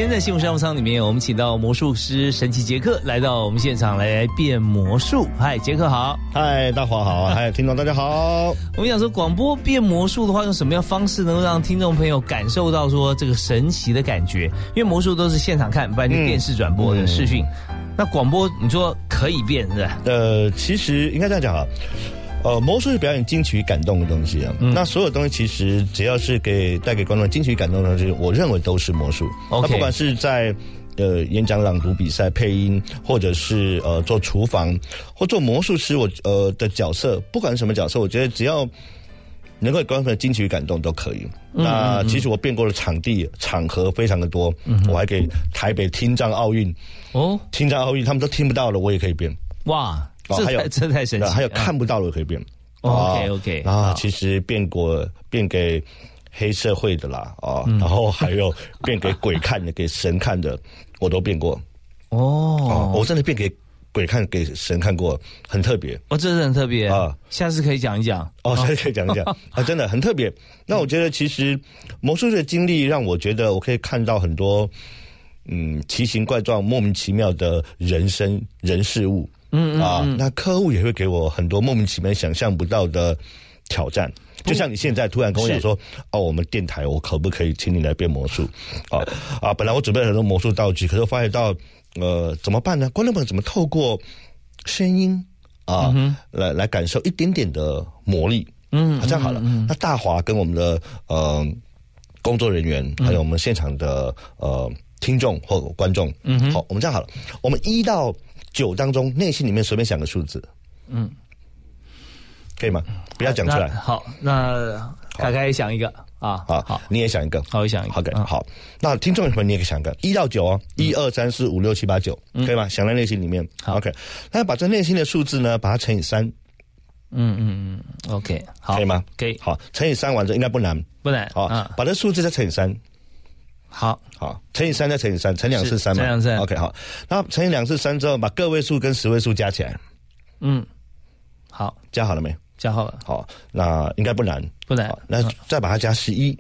天在幸福商务舱里面，我们请到魔术师神奇杰克来到我们现场来变魔术。嗨，杰克好。 嗨，大华好。嗨，听众大家好。 我们想说，广播变魔术的话，用什么样方式能够让听众朋友感受到说这个神奇的感觉？因为魔术都是现场看，不然就电视转播的视讯。嗯嗯、那广播你说可以变是吧？ 呃，其实应该这样讲啊。呃，魔术是表演惊奇与感动的东西啊。嗯、那所有东西其实只要是给带给观众惊奇与感动的东西，我认为都是魔术。Okay. 那不管是在呃演讲、朗读比赛、配音，或者是呃做厨房或做魔术师，我呃的角色，不管是什么角色，我觉得只要能够给观众的惊奇与感动都可以。嗯、那其实我变过的场地、场合非常的多，嗯、我还给台北听障奥运哦，听障奥运他们都听不到了，我也可以变。 哇！这太、哦、这太神奇了！ 还有看不到的可以变。 哦、OK OK。 啊，其实变过变给黑社会的啦啊，嗯、然后还有变给鬼看的、给神看的，我都变过。 哦， 啊、我真的变给鬼看、给神看过，很特别。 哦，这是很特别啊！下次可以讲一讲。 哦，下次可以讲一讲啊，真的很特别。那我觉得其实魔术的经历让我觉得我可以看到很多嗯奇形怪状、莫名其妙的人生人事物。嗯, 嗯, 嗯啊，那客户也会给我很多莫名其妙、想象不到的挑战。就像你现在突然跟我讲说，哦，我们电台我可不可以请你来变魔术？啊啊，本来我准备了很多魔术道具，可是我发现到，呃，怎么办呢？观众朋友怎么透过声音啊，嗯、来来感受一点点的魔力？嗯，啊、这样好了。嗯嗯、那大华跟我们的呃工作人员，还有我们现场的呃听众或观众，嗯，好，我们这样好了，我们一到九当中，内心里面随便想个数字，嗯，可以吗？不要讲出来。 好，那凯凯也想一个啊， 好，好，你也想一个， 好，我想一个。 OK，、嗯、好，那听众朋友你也可以想一个，一到九哦，一二三四五六七八九，可以吗？想在内心里面。好 ，OK， 那把这内心的数字呢，把它乘以三。 嗯嗯嗯 ，OK， 好， 可以吗？ 可以。 好，乘以三完之后应该不难， 不难。 好，嗯、把这数字再乘以三。 好好，乘以三再乘以三，乘两次三嘛。 乘两次 OK 好，那乘以两次三之后，把个位数跟十位数加起来。 嗯，好， 加好了没？ 加好了。 好，那应该不难， 不难。 那再把它加十一。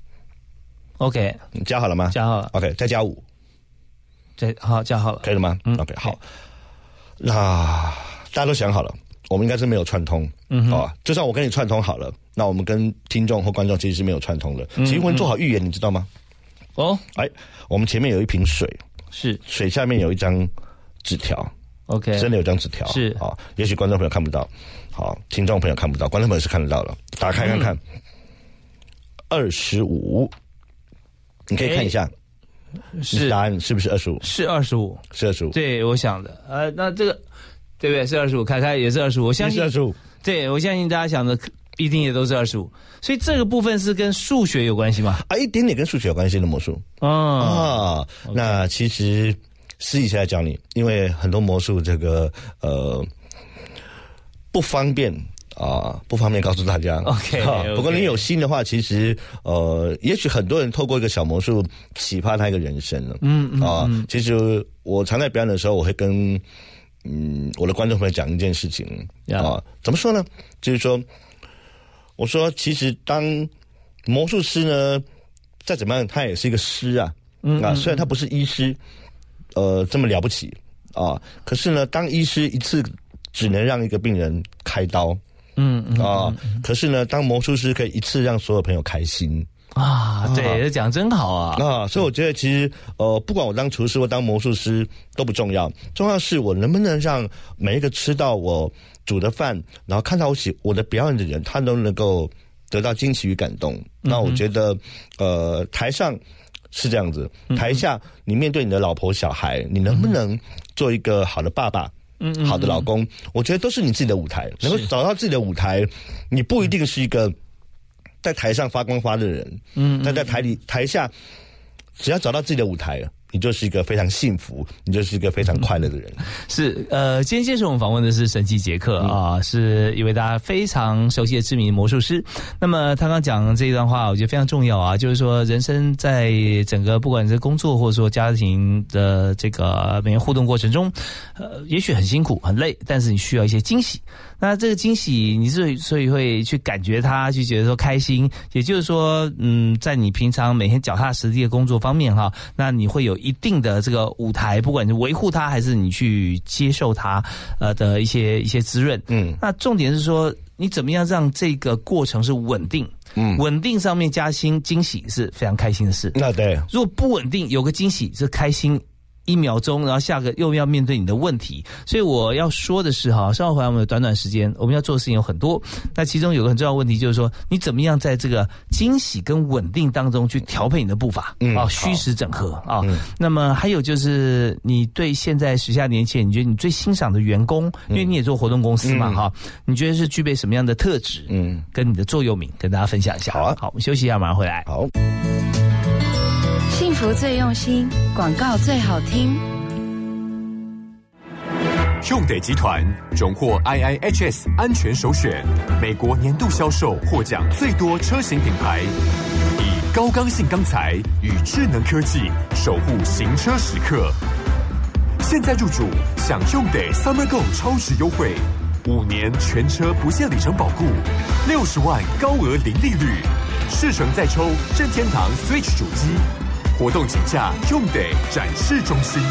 OK， 加好了吗？ 加好了。 OK， 再加五。 再好，加好了， 可以了吗？嗯 ，OK 好。那大家都想好了，我们应该是没有串通。嗯，啊，就算我跟你串通好了，那我们跟听众或观众其实是没有串通的。嗯、其实我们做好预言，你知道吗？哦，哎，我们前面有一瓶水， 是水下面有一张纸条 ，OK， 真的有张纸条， 是啊，也许观众朋友看不到，好，听众朋友看不到，观众朋友是看得到了，打开看看，二十五，你可以看一下， 是答案是不是二十五？ 是二十五， 是二十五， 对，我想的，呃，那这个对不对？是二十五，凯凯也是二十五，我相信是二十五， 对，我相信大家想的。一定也都是二十五，所以这个部分是跟数学有关系吗？ 啊，一点点跟数学有关系的魔术。哦、啊， okay. 那其实私底下来教你，因为很多魔术这个呃不方便啊，不方便告诉大家。 OK，, 啊 okay. 不过你有心的话，其实呃，也许很多人透过一个小魔术启发他一个人生了。嗯嗯啊，其实我常在表演的时候，我会跟嗯我的观众朋友讲一件事情、yeah. 啊，怎么说呢？就是说。我说，其实当魔术师呢，再怎么样，他也是一个师啊，嗯啊，虽然他不是医师，呃，这么了不起啊，可是呢，当医师一次只能让一个病人开刀，嗯啊，可是呢，当魔术师可以一次让所有朋友开心啊，对，这讲真好啊啊，所以我觉得其实呃，不管我当厨师或当魔术师都不重要，重要是我能不能让每一个吃到我煮的饭，然后看到我喜我的表演的人，他都能够得到惊奇与感动。嗯、那我觉得，呃，台上是这样子，台下你面对你的老婆小孩，你能不能做一个好的爸爸，嗯、好的老公？我觉得都是你自己的舞台，能够找到自己的舞台，你不一定是一个在台上发光发的人，嗯，但在台里台下，只要找到自己的舞台， 你就是一个非常幸福，你就是一个非常快乐的人。 是，呃，今天接受我们访问的是神奇杰克啊、呃，是一位大家非常熟悉的知名魔术师。那么他刚讲这一段话，我觉得非常重要啊，就是说人生在整个不管是工作或者说家庭的这个每天互动过程中，呃，也许很辛苦很累，但是你需要一些惊喜。那这个惊喜，你是所以会去感觉它，去觉得说开心。也就是说，嗯，在你平常每天脚踏实地的工作方面哈，那你会有一定的这个舞台，不管是维护它还是你去接受它，呃的一些一些滋润。嗯，那重点是说，你怎么样让这个过程是稳定？嗯，稳定上面加薪惊喜是非常开心的事。 那对， 如果不稳定，有个惊喜是开心一秒钟，然后下个又要面对你的问题。所以我要说的是哈，稍后回来我们有短短时间，我们要做的事情有很多。那其中有个很重要的问题就是说，你怎么样在这个惊喜跟稳定当中去调配你的步伐，嗯，啊，虚实整合啊。嗯、那么还有就是，你对现在时下年轻人，你觉得你最欣赏的员工，因为你也做活动公司嘛，哈、嗯，你觉得是具备什么样的特质？嗯，跟你的座右铭跟大家分享一下。好啊，好，我们休息一下，马上回来。 好。 幸福最用心，广告最好听。 Hyundai 集团荣获 I I H S 安全首选，美国年度销售获奖最多车型品牌，以高刚性钢材与智能科技守护行车时刻。现在入主享 Hyundai Summer Go 超值优惠，五年全车不限里程保固，六十万高额零利率，试乘再抽任天堂 Switch 主机。活动请假 Hyundai 展示中心。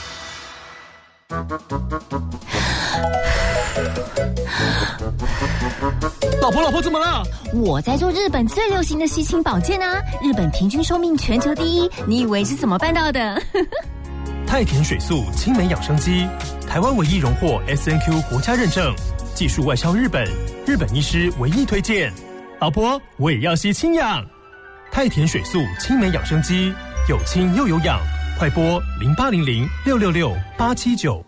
老婆，老婆怎么了？ 我在做日本最流行的吸氢保健啊！日本平均寿命全球第一，你以为是怎么办到的？ 太田水素青梅养生机，台湾唯一荣获 S N Q 国家认证，技术外销日本，日本医师唯一推荐。老婆，我也要吸氢氧。太田水素青梅养生机，有氢又有氧，快拨零八零零六六六八七九。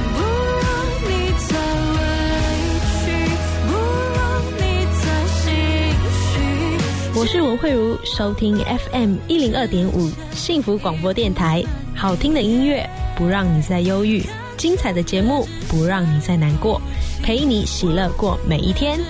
我是文慧茹，收听 F M 一零二点五幸福广播电台，好听的音乐不让你再忧郁，精彩的节目不让你再难过，陪你喜乐过每一天。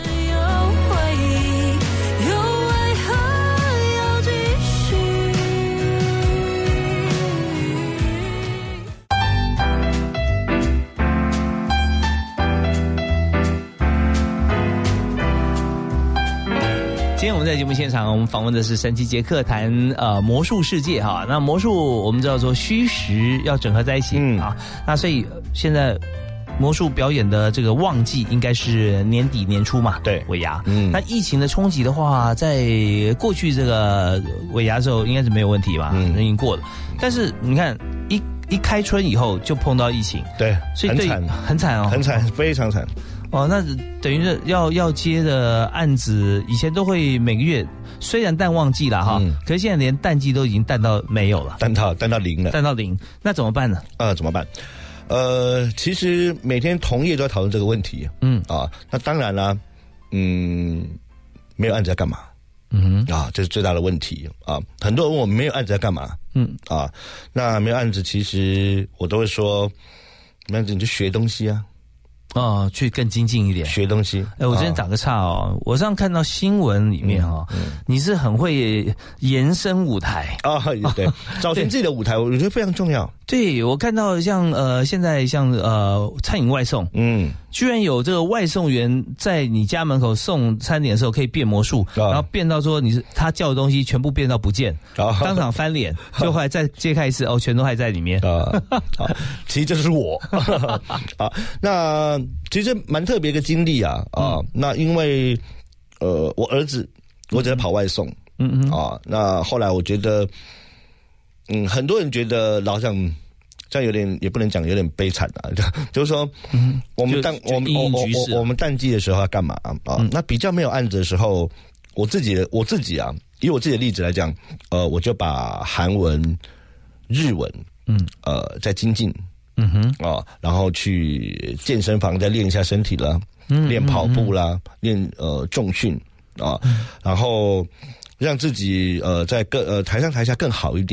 今天我们在节目现场，我们访问的是神奇杰克谈呃魔术世界哈。那魔术我们知道说虚实要整合在一起、嗯、啊，那所以现在魔术表演的这个旺季应该是年底年初嘛， 对， 尾牙。嗯，那疫情的冲击的话，在过去这个尾牙的时候应该是没有问题吧，嗯，已经过了。但是你看一一开春以后就碰到疫情， 对， 所以对很惨， 很惨哦， 很惨，非常惨。 哦，那等于是要要接的案子，以前都会每个月，虽然淡旺季啦哈、嗯，可是现在连淡季都已经淡到没有了， 淡到淡到零了， 淡到零，那怎么办呢？ 呃，怎么办？呃，其实每天同业都在讨论这个问题，嗯啊，那当然啦，嗯，没有案子要干嘛？嗯哼，啊，这是最大的问题啊！很多人问我没有案子要干嘛？嗯啊，那没有案子，其实我都会说，没有案子你就学东西啊。 哦，去更精进一点， 学东西。 哎，我这边打个岔哦，我上看到新闻里面哦，嗯嗯、你是很会延伸舞台啊，对，找寻自己的舞台，我觉得非常重要。 对，我看到像呃，现在像呃，餐饮外送，嗯，居然有这个外送员在你家门口送餐点的时候可以变魔术，啊、然后变到说你是他叫的东西全部变到不见，啊、当场翻脸，就后来再揭开一次，哦，全都还在里面啊。 其实这是我啊，那其实蛮特别的经历啊啊，嗯、那因为呃，我儿子我只在跑外送，嗯嗯啊，那后来我觉得。嗯，很多人觉得好像这样有点，也不能讲有点悲惨啊，就是说，嗯、我们淡我们我我我我们淡季的时候要干嘛啊？嗯、那比较没有案子的时候，我自己的我自己啊，以我自己的例子来讲，呃，我就把韩文、日文，嗯，呃，在精进，嗯哼，啊，然后去健身房再练一下身体啦，嗯，练跑步啦，练呃重训啊，嗯、然后让自己呃在更呃台上台下更好一点。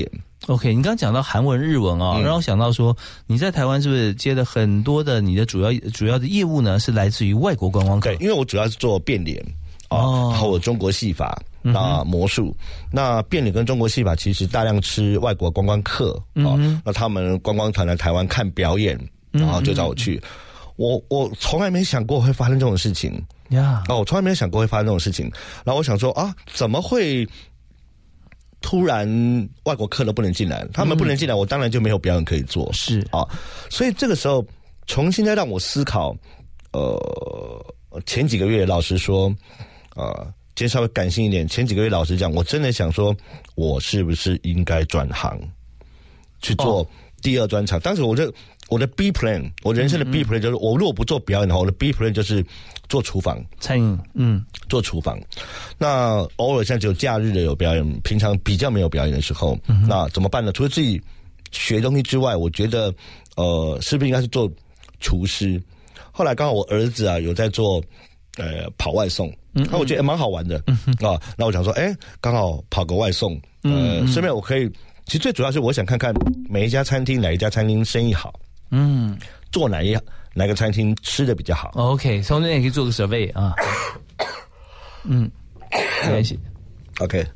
OK， 你刚刚讲到韩文、日文啊、哦嗯，让我想到说你在台湾是不是接了很多的你的主要主要的业务呢？是来自于外国观光客？ 对，因为我主要是做变脸哦，还有中国戏法。那魔术，那变脸跟中国戏法其实大量吃外国观光客啊、嗯，那他们观光团来台湾看表演，然后就找我去。嗯、我我从来没想过会发生这种事情呀，哦，我从来没有想过会发生这种事情。然后我想说啊，怎么会突然外国客都不能进来？他们不能进来，我当然就没有表演可以做。 是啊，所以这个时候重新再让我思考，呃，前几个月老实说，呃。今天稍微感性一点，前几个月老实讲，我真的想说，我是不是应该转行去做第二专场？哦、当时我就我的 B plan， 我人生的 B plan 就是，我如果不做表演的话，我的 B plan 就是做厨房餐饮，嗯， 做厨房。那偶尔像只有假日的有表演，平常比较没有表演的时候，嗯、那怎么办呢？除了自己学东西之外，我觉得呃，是不是应该是做厨师？后来刚好我儿子啊有在做呃跑外送。那、嗯、我觉得蛮好玩的、嗯、啊，那我想说，哎，刚好跑个外送，呃，顺、嗯、便我可以，其实最主要是我想看看每一家餐厅哪一家餐厅生意好，嗯，做哪一哪个餐厅吃的比较好。 OK， 从那也可以做个 survey 啊，嗯，没关系 ，OK，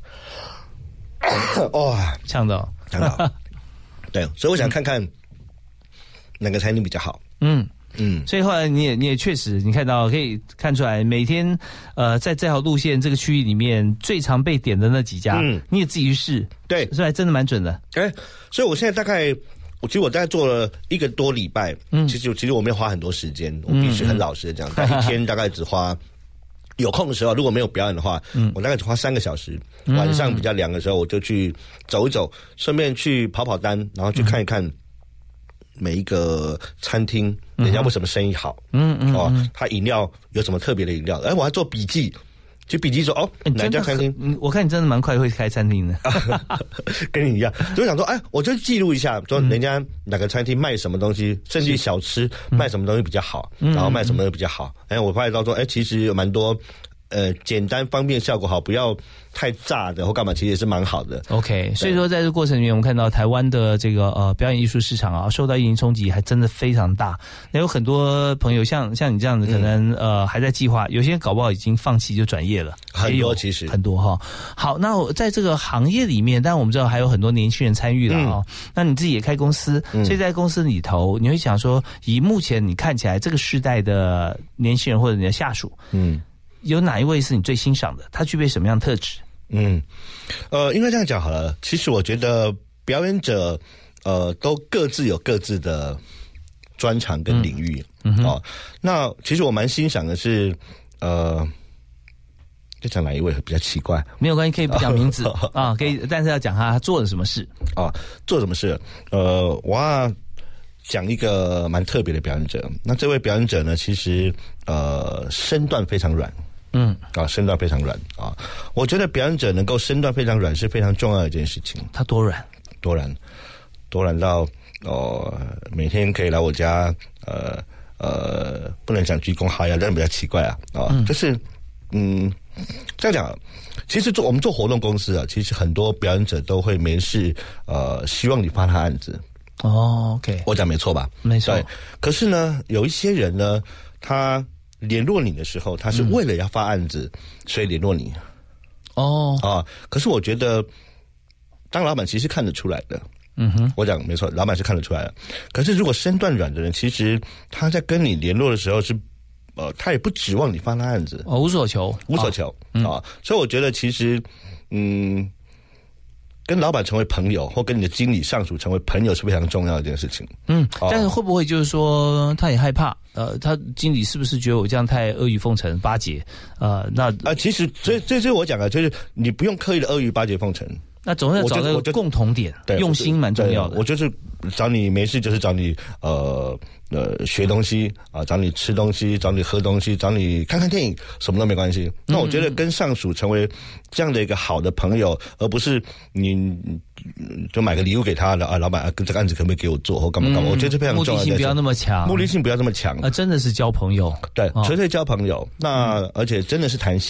哇， 呛到， 呛到，对，所以我想看看哪个餐厅比较好，嗯。 嗯，所以后来你也你也确实，你看到可以看出来，每天呃在这条路线这个区域里面最常被点的那几家，嗯，你也自己去试， 对， 所以还真的蛮准的。 哎，所以我现在大概，我其实我大概做了一个多礼拜，嗯，其实其实我没有花很多时间，我必须很老实的讲，但、嗯、一天大概只花有空的时候，如果没有表演的话，嗯，我大概只花三个小时，嗯、晚上比较凉的时候，我就去走一走，顺便去跑跑单，然后去看一看。嗯每一个餐厅，人家为什么生意好？嗯嗯，哦，他饮料有什么特别的饮料？哎，我还做笔记，就笔记说哦，哪家餐厅？ 我看你真的蛮快会开餐厅的， 跟你一样。就想说，哎，我就记录一下，说人家哪个餐厅卖什么东西，甚至小吃卖什么东西比较好，然后卖什么东西比较好。哎，我发现到说，哎，其实有蛮多。呃，简单方便效果好，不要太炸的或干嘛，其实也是蛮好的。 OK， 所以说在这个过程里面，我们看到台湾的这个呃表演艺术市场啊，受到疫情冲击还真的非常大。那有很多朋友像像你这样子，可能、嗯、呃还在计划，有些搞不好已经放弃就转业了， 很多其实很多哈。好，那在这个行业里面，但我们知道还有很多年轻人参与了啊、哦嗯。那你自己也开公司，所以在公司里头，你会想说，以目前你看起来这个世代的年轻人或者你的下属，嗯。有哪一位是你最欣赏的？他具备什么样的特质？ 嗯，呃，应该这样讲好了。其实我觉得表演者，呃，都各自有各自的专长跟领域。嗯嗯、哦，那其实我蛮欣赏的是，呃，就讲哪一位比较奇怪？ 没有关系，可以不讲名字啊，可以，但是要讲他做了什么事啊？做什么事？呃，我要讲一个蛮特别的表演者。那这位表演者呢，其实呃身段非常软。嗯，啊，身段非常软啊！我觉得表演者能够身段非常软是非常重要的一件事情。 他多软？ 多软？多软到哦、呃，每天可以来我家，呃呃，不能讲鞠躬哈腰，这样比较奇怪啊啊！嗯、就是嗯，这样讲，其实做我们做活动公司啊，其实很多表演者都会没事，呃，希望你发他案子。 哦 ，OK， 我讲没错吧？ 没错。 对，可是呢，有一些人呢，他。联络你的时候，他是为了要发案子，嗯、所以联络你。哦啊，可是我觉得，当老板其实看得出来的。嗯哼，我讲没错，老板是看得出来的。可是如果身段软的人，其实他在跟你联络的时候是，呃，他也不指望你发他案子。 哦，无所求， 无所求、哦、啊。所以我觉得其实，嗯。跟老板成为朋友，或跟你的经理、上属成为朋友是非常重要的一件事情。 嗯，但是会不会就是说，他也害怕？呃，他经理是不是觉得我这样太阿谀奉承、巴结？呃，那啊、 呃，其实这这是我讲的，就是你不用刻意的阿谀巴结奉承。 那总是找到共同点，用心蛮重要的。 我就是找你没事，就是找你呃呃学东西啊，找你吃东西，找你喝东西，找你看看电影，什么都没关系。那我觉得跟上属成为这样的一个好的朋友，而不是你就买个礼物给他的啊，老板啊，这个案子可不可以给我做或干嘛干嘛？我觉得这非常重要。 目的性不要那么强， 目的性不要这么强啊，真的是交朋友， 对，纯粹交朋友。那而且真的是谈心。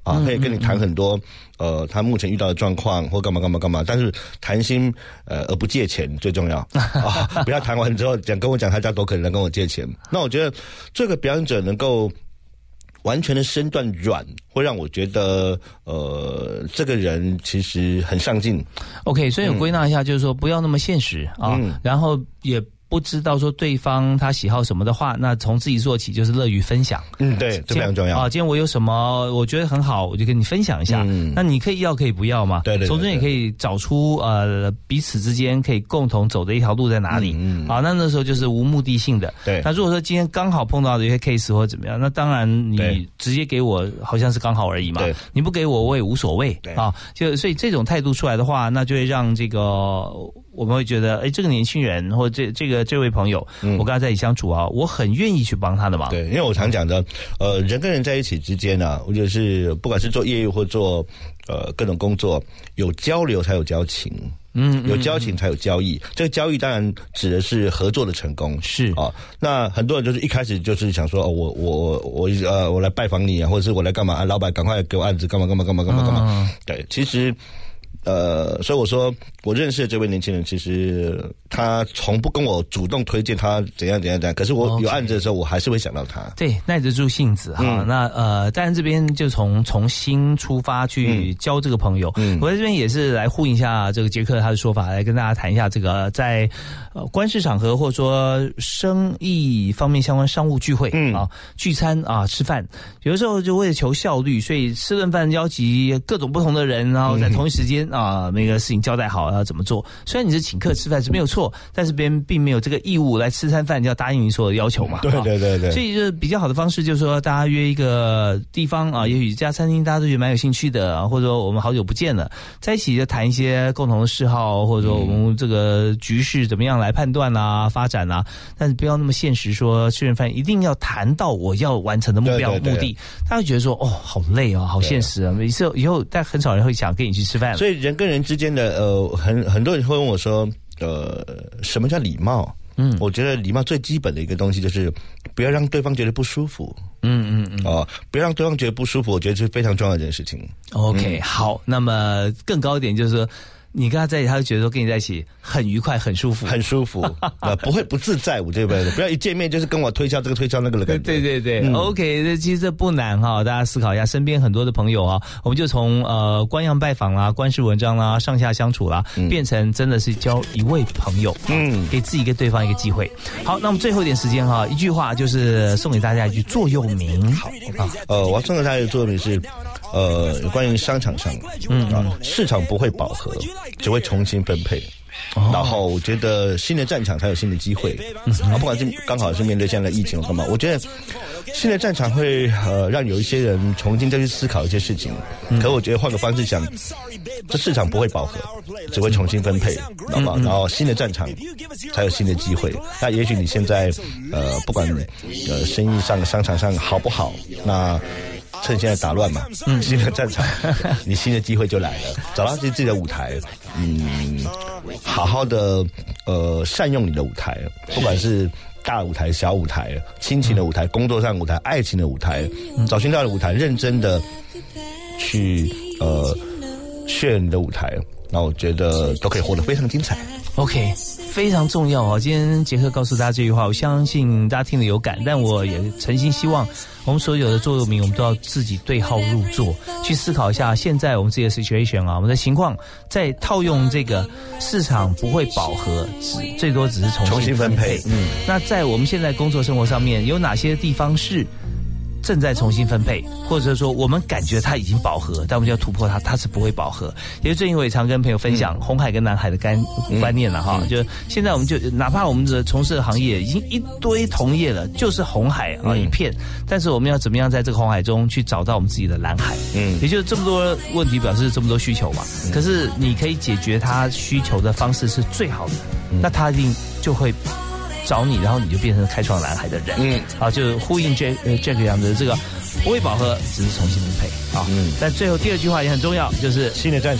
啊，可以跟你谈很多呃他目前遇到的状况或干嘛干嘛干嘛，但是谈心呃而不借钱最重要啊，不要谈完之后讲跟我讲他家多可能跟我借钱。那我觉得这个表演者能够完全的身段软，会让我觉得呃这个人其实很上进。 OK， 所以我归纳一下，就是说不要那么现实啊，嗯、然后也不知道说对方他喜好什么的话，那从自己做起，就是乐于分享。 嗯，对，这非常重要啊。今天我有什么我觉得很好，我就跟你分享一下。嗯，那你可以要，可以不要嘛。 对 对, 对, 对。 从中也可以找出呃彼此之间可以共同走的一条路在哪里。嗯。好，那那时候就是无目的性的。 对。 那如果说今天刚好碰到的一些 case 或怎么样，那当然你直接给我好像是刚好而已嘛。 对。 你不给我我也无所谓。 对。 啊，就所以这种态度出来的话，那就会让这个我们会觉得，哎，这个年轻人或这这个这位朋友。嗯、我跟他在一起相处啊，我很愿意去帮他的忙。 对，因为我常讲的，呃，人跟人在一起之间呢、啊，我觉得是不管是做业务或做呃各种工作，有交流才有交情。嗯，有交情才有交易。这个交易当然指的是合作的成功， 是啊。 那很多人就是一开始就是想说，哦，我我我呃，我来拜访你啊，或者是我来干嘛？啊，老板赶快给我案子，干嘛干嘛干嘛干嘛干嘛。嗯、对，其实。呃，所以我说，我认识的这位年轻人，其实他从不跟我主动推荐他怎样怎样怎样，可是我有案子的时候，我还是会想到他。 对，耐得住性子哈。嗯、那呃，当然这边就从从心出发去交这个朋友。嗯，我在这边也是来呼应一下这个杰克他的说法，来跟大家谈一下这个在呃官事场合或者说生意方面相关商务聚会、嗯、啊聚餐啊吃饭，有的时候就为了求效率，所以吃顿饭邀集各种不同的人，然后在同一时间。嗯啊，那个事情交代好要怎么做。虽然你是请客吃饭是没有错，但是别人并没有这个义务来吃餐饭，要答应你所有的要求嘛。 对对对对。 所以就是比较好的方式，就是说大家约一个地方啊，也许这家餐厅大家都觉得蛮有兴趣的，或者说我们好久不见了，在一起就谈一些共同的嗜好，或者说我们这个局势怎么样来判断啊、发展啊。但是不要那么现实，说吃顿饭一定要谈到我要完成的目标对对对目的，他会觉得说哦，好累哦，好现实啊。每次以后，但很少人会想跟你去吃饭。 所以。人跟人之间的呃，很很多人会问我说，呃，什么叫礼貌？嗯，我觉得礼貌最基本的一个东西就是不要让对方觉得不舒服。 嗯嗯嗯。 哦、呃，不要让对方觉得不舒服，我觉得是非常重要的一件事情。 OK，、 嗯、 好，那么更高一点就是说。你跟他在一起，他就觉得说跟你在一起很愉快、很舒服、 很舒服，呃，不会不自在，我这边不要一见面就是跟我推销这个推销那个的感觉。 对对对、嗯、，OK， 这其实这不难哈，大家思考一下，身边很多的朋友啊，我们就从呃官样拜访啦、官事文章啦、上下相处啦，嗯、变成真的是交一位朋友，嗯，给自己跟对方一个机会。好，那我们最后一点时间哈，一句话就是送给大家一句座右铭。好啊，呃，我要送给大家的座右铭是。呃，有关于商场上，嗯啊，市场不会饱和，只会重新分配。哦、然后我觉得新的战场才有新的机会，嗯、啊，不管是刚好是面对现在的疫情或干嘛，我觉得新的战场会呃让有一些人重新再去思考一些事情。嗯、可我觉得换个方式想，这市场不会饱和，只会重新分配，知道吗？嗯、然后新的战场才有新的机会。那也许你现在呃不管呃生意上商场上好不好，那。趁现在打乱嘛，嗯，新的战场，你新的机会就来了，找到自己的舞台，嗯，好好的呃善用你的舞台，不管是大舞台、小舞台、亲情的舞台、工作上的舞台、爱情的舞台，找寻到的舞台，认真的去呃炫你的舞台，那我觉得都可以活得非常精彩。 OK， 非常重要哦。今天杰克告诉大家这句话，我相信大家听了有感，但我也诚心希望我们所有的座右铭，我们都要自己对号入座，去思考一下现在我们自己的 situation 啊，我们的情况，再套用这个市场不会饱和，只最多只是重新重新分配。 嗯，那在我们现在工作生活上面，有哪些地方是？正在重新分配，或者说我们感觉它已经饱和，但我们就要突破它，它是不会饱和。因为最近我也常跟朋友分享红海跟蓝海的观观念了哈，就现在我们就哪怕我们的从事的行业已经一堆同业了，就是红海啊一片，但是我们要怎么样在这个红海中去找到我们自己的蓝海？嗯，也就是这么多问题表示这么多需求嘛，可是你可以解决他需求的方式是最好的，那他一定就会。找你，然后你就变成开创蓝海的人。嗯，啊，就呼应这呃这个样子，这个不会饱和，只是重新分配啊。嗯，但最后第二句话也很重要，就是新的战场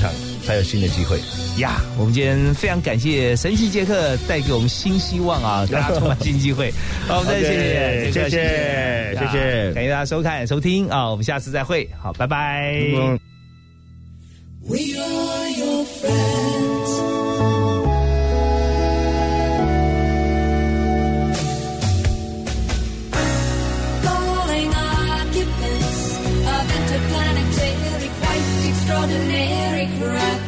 才有新的机会呀。我们今天非常感谢神奇杰克带给我们新希望啊，大家充满新机会。好，我们再谢谢， 谢谢，谢谢， 感谢大家收看收听啊，我们下次再会，好，拜拜。 嗯 We are your friends. Falling occupants of interplanetary, quite extraordinary craft.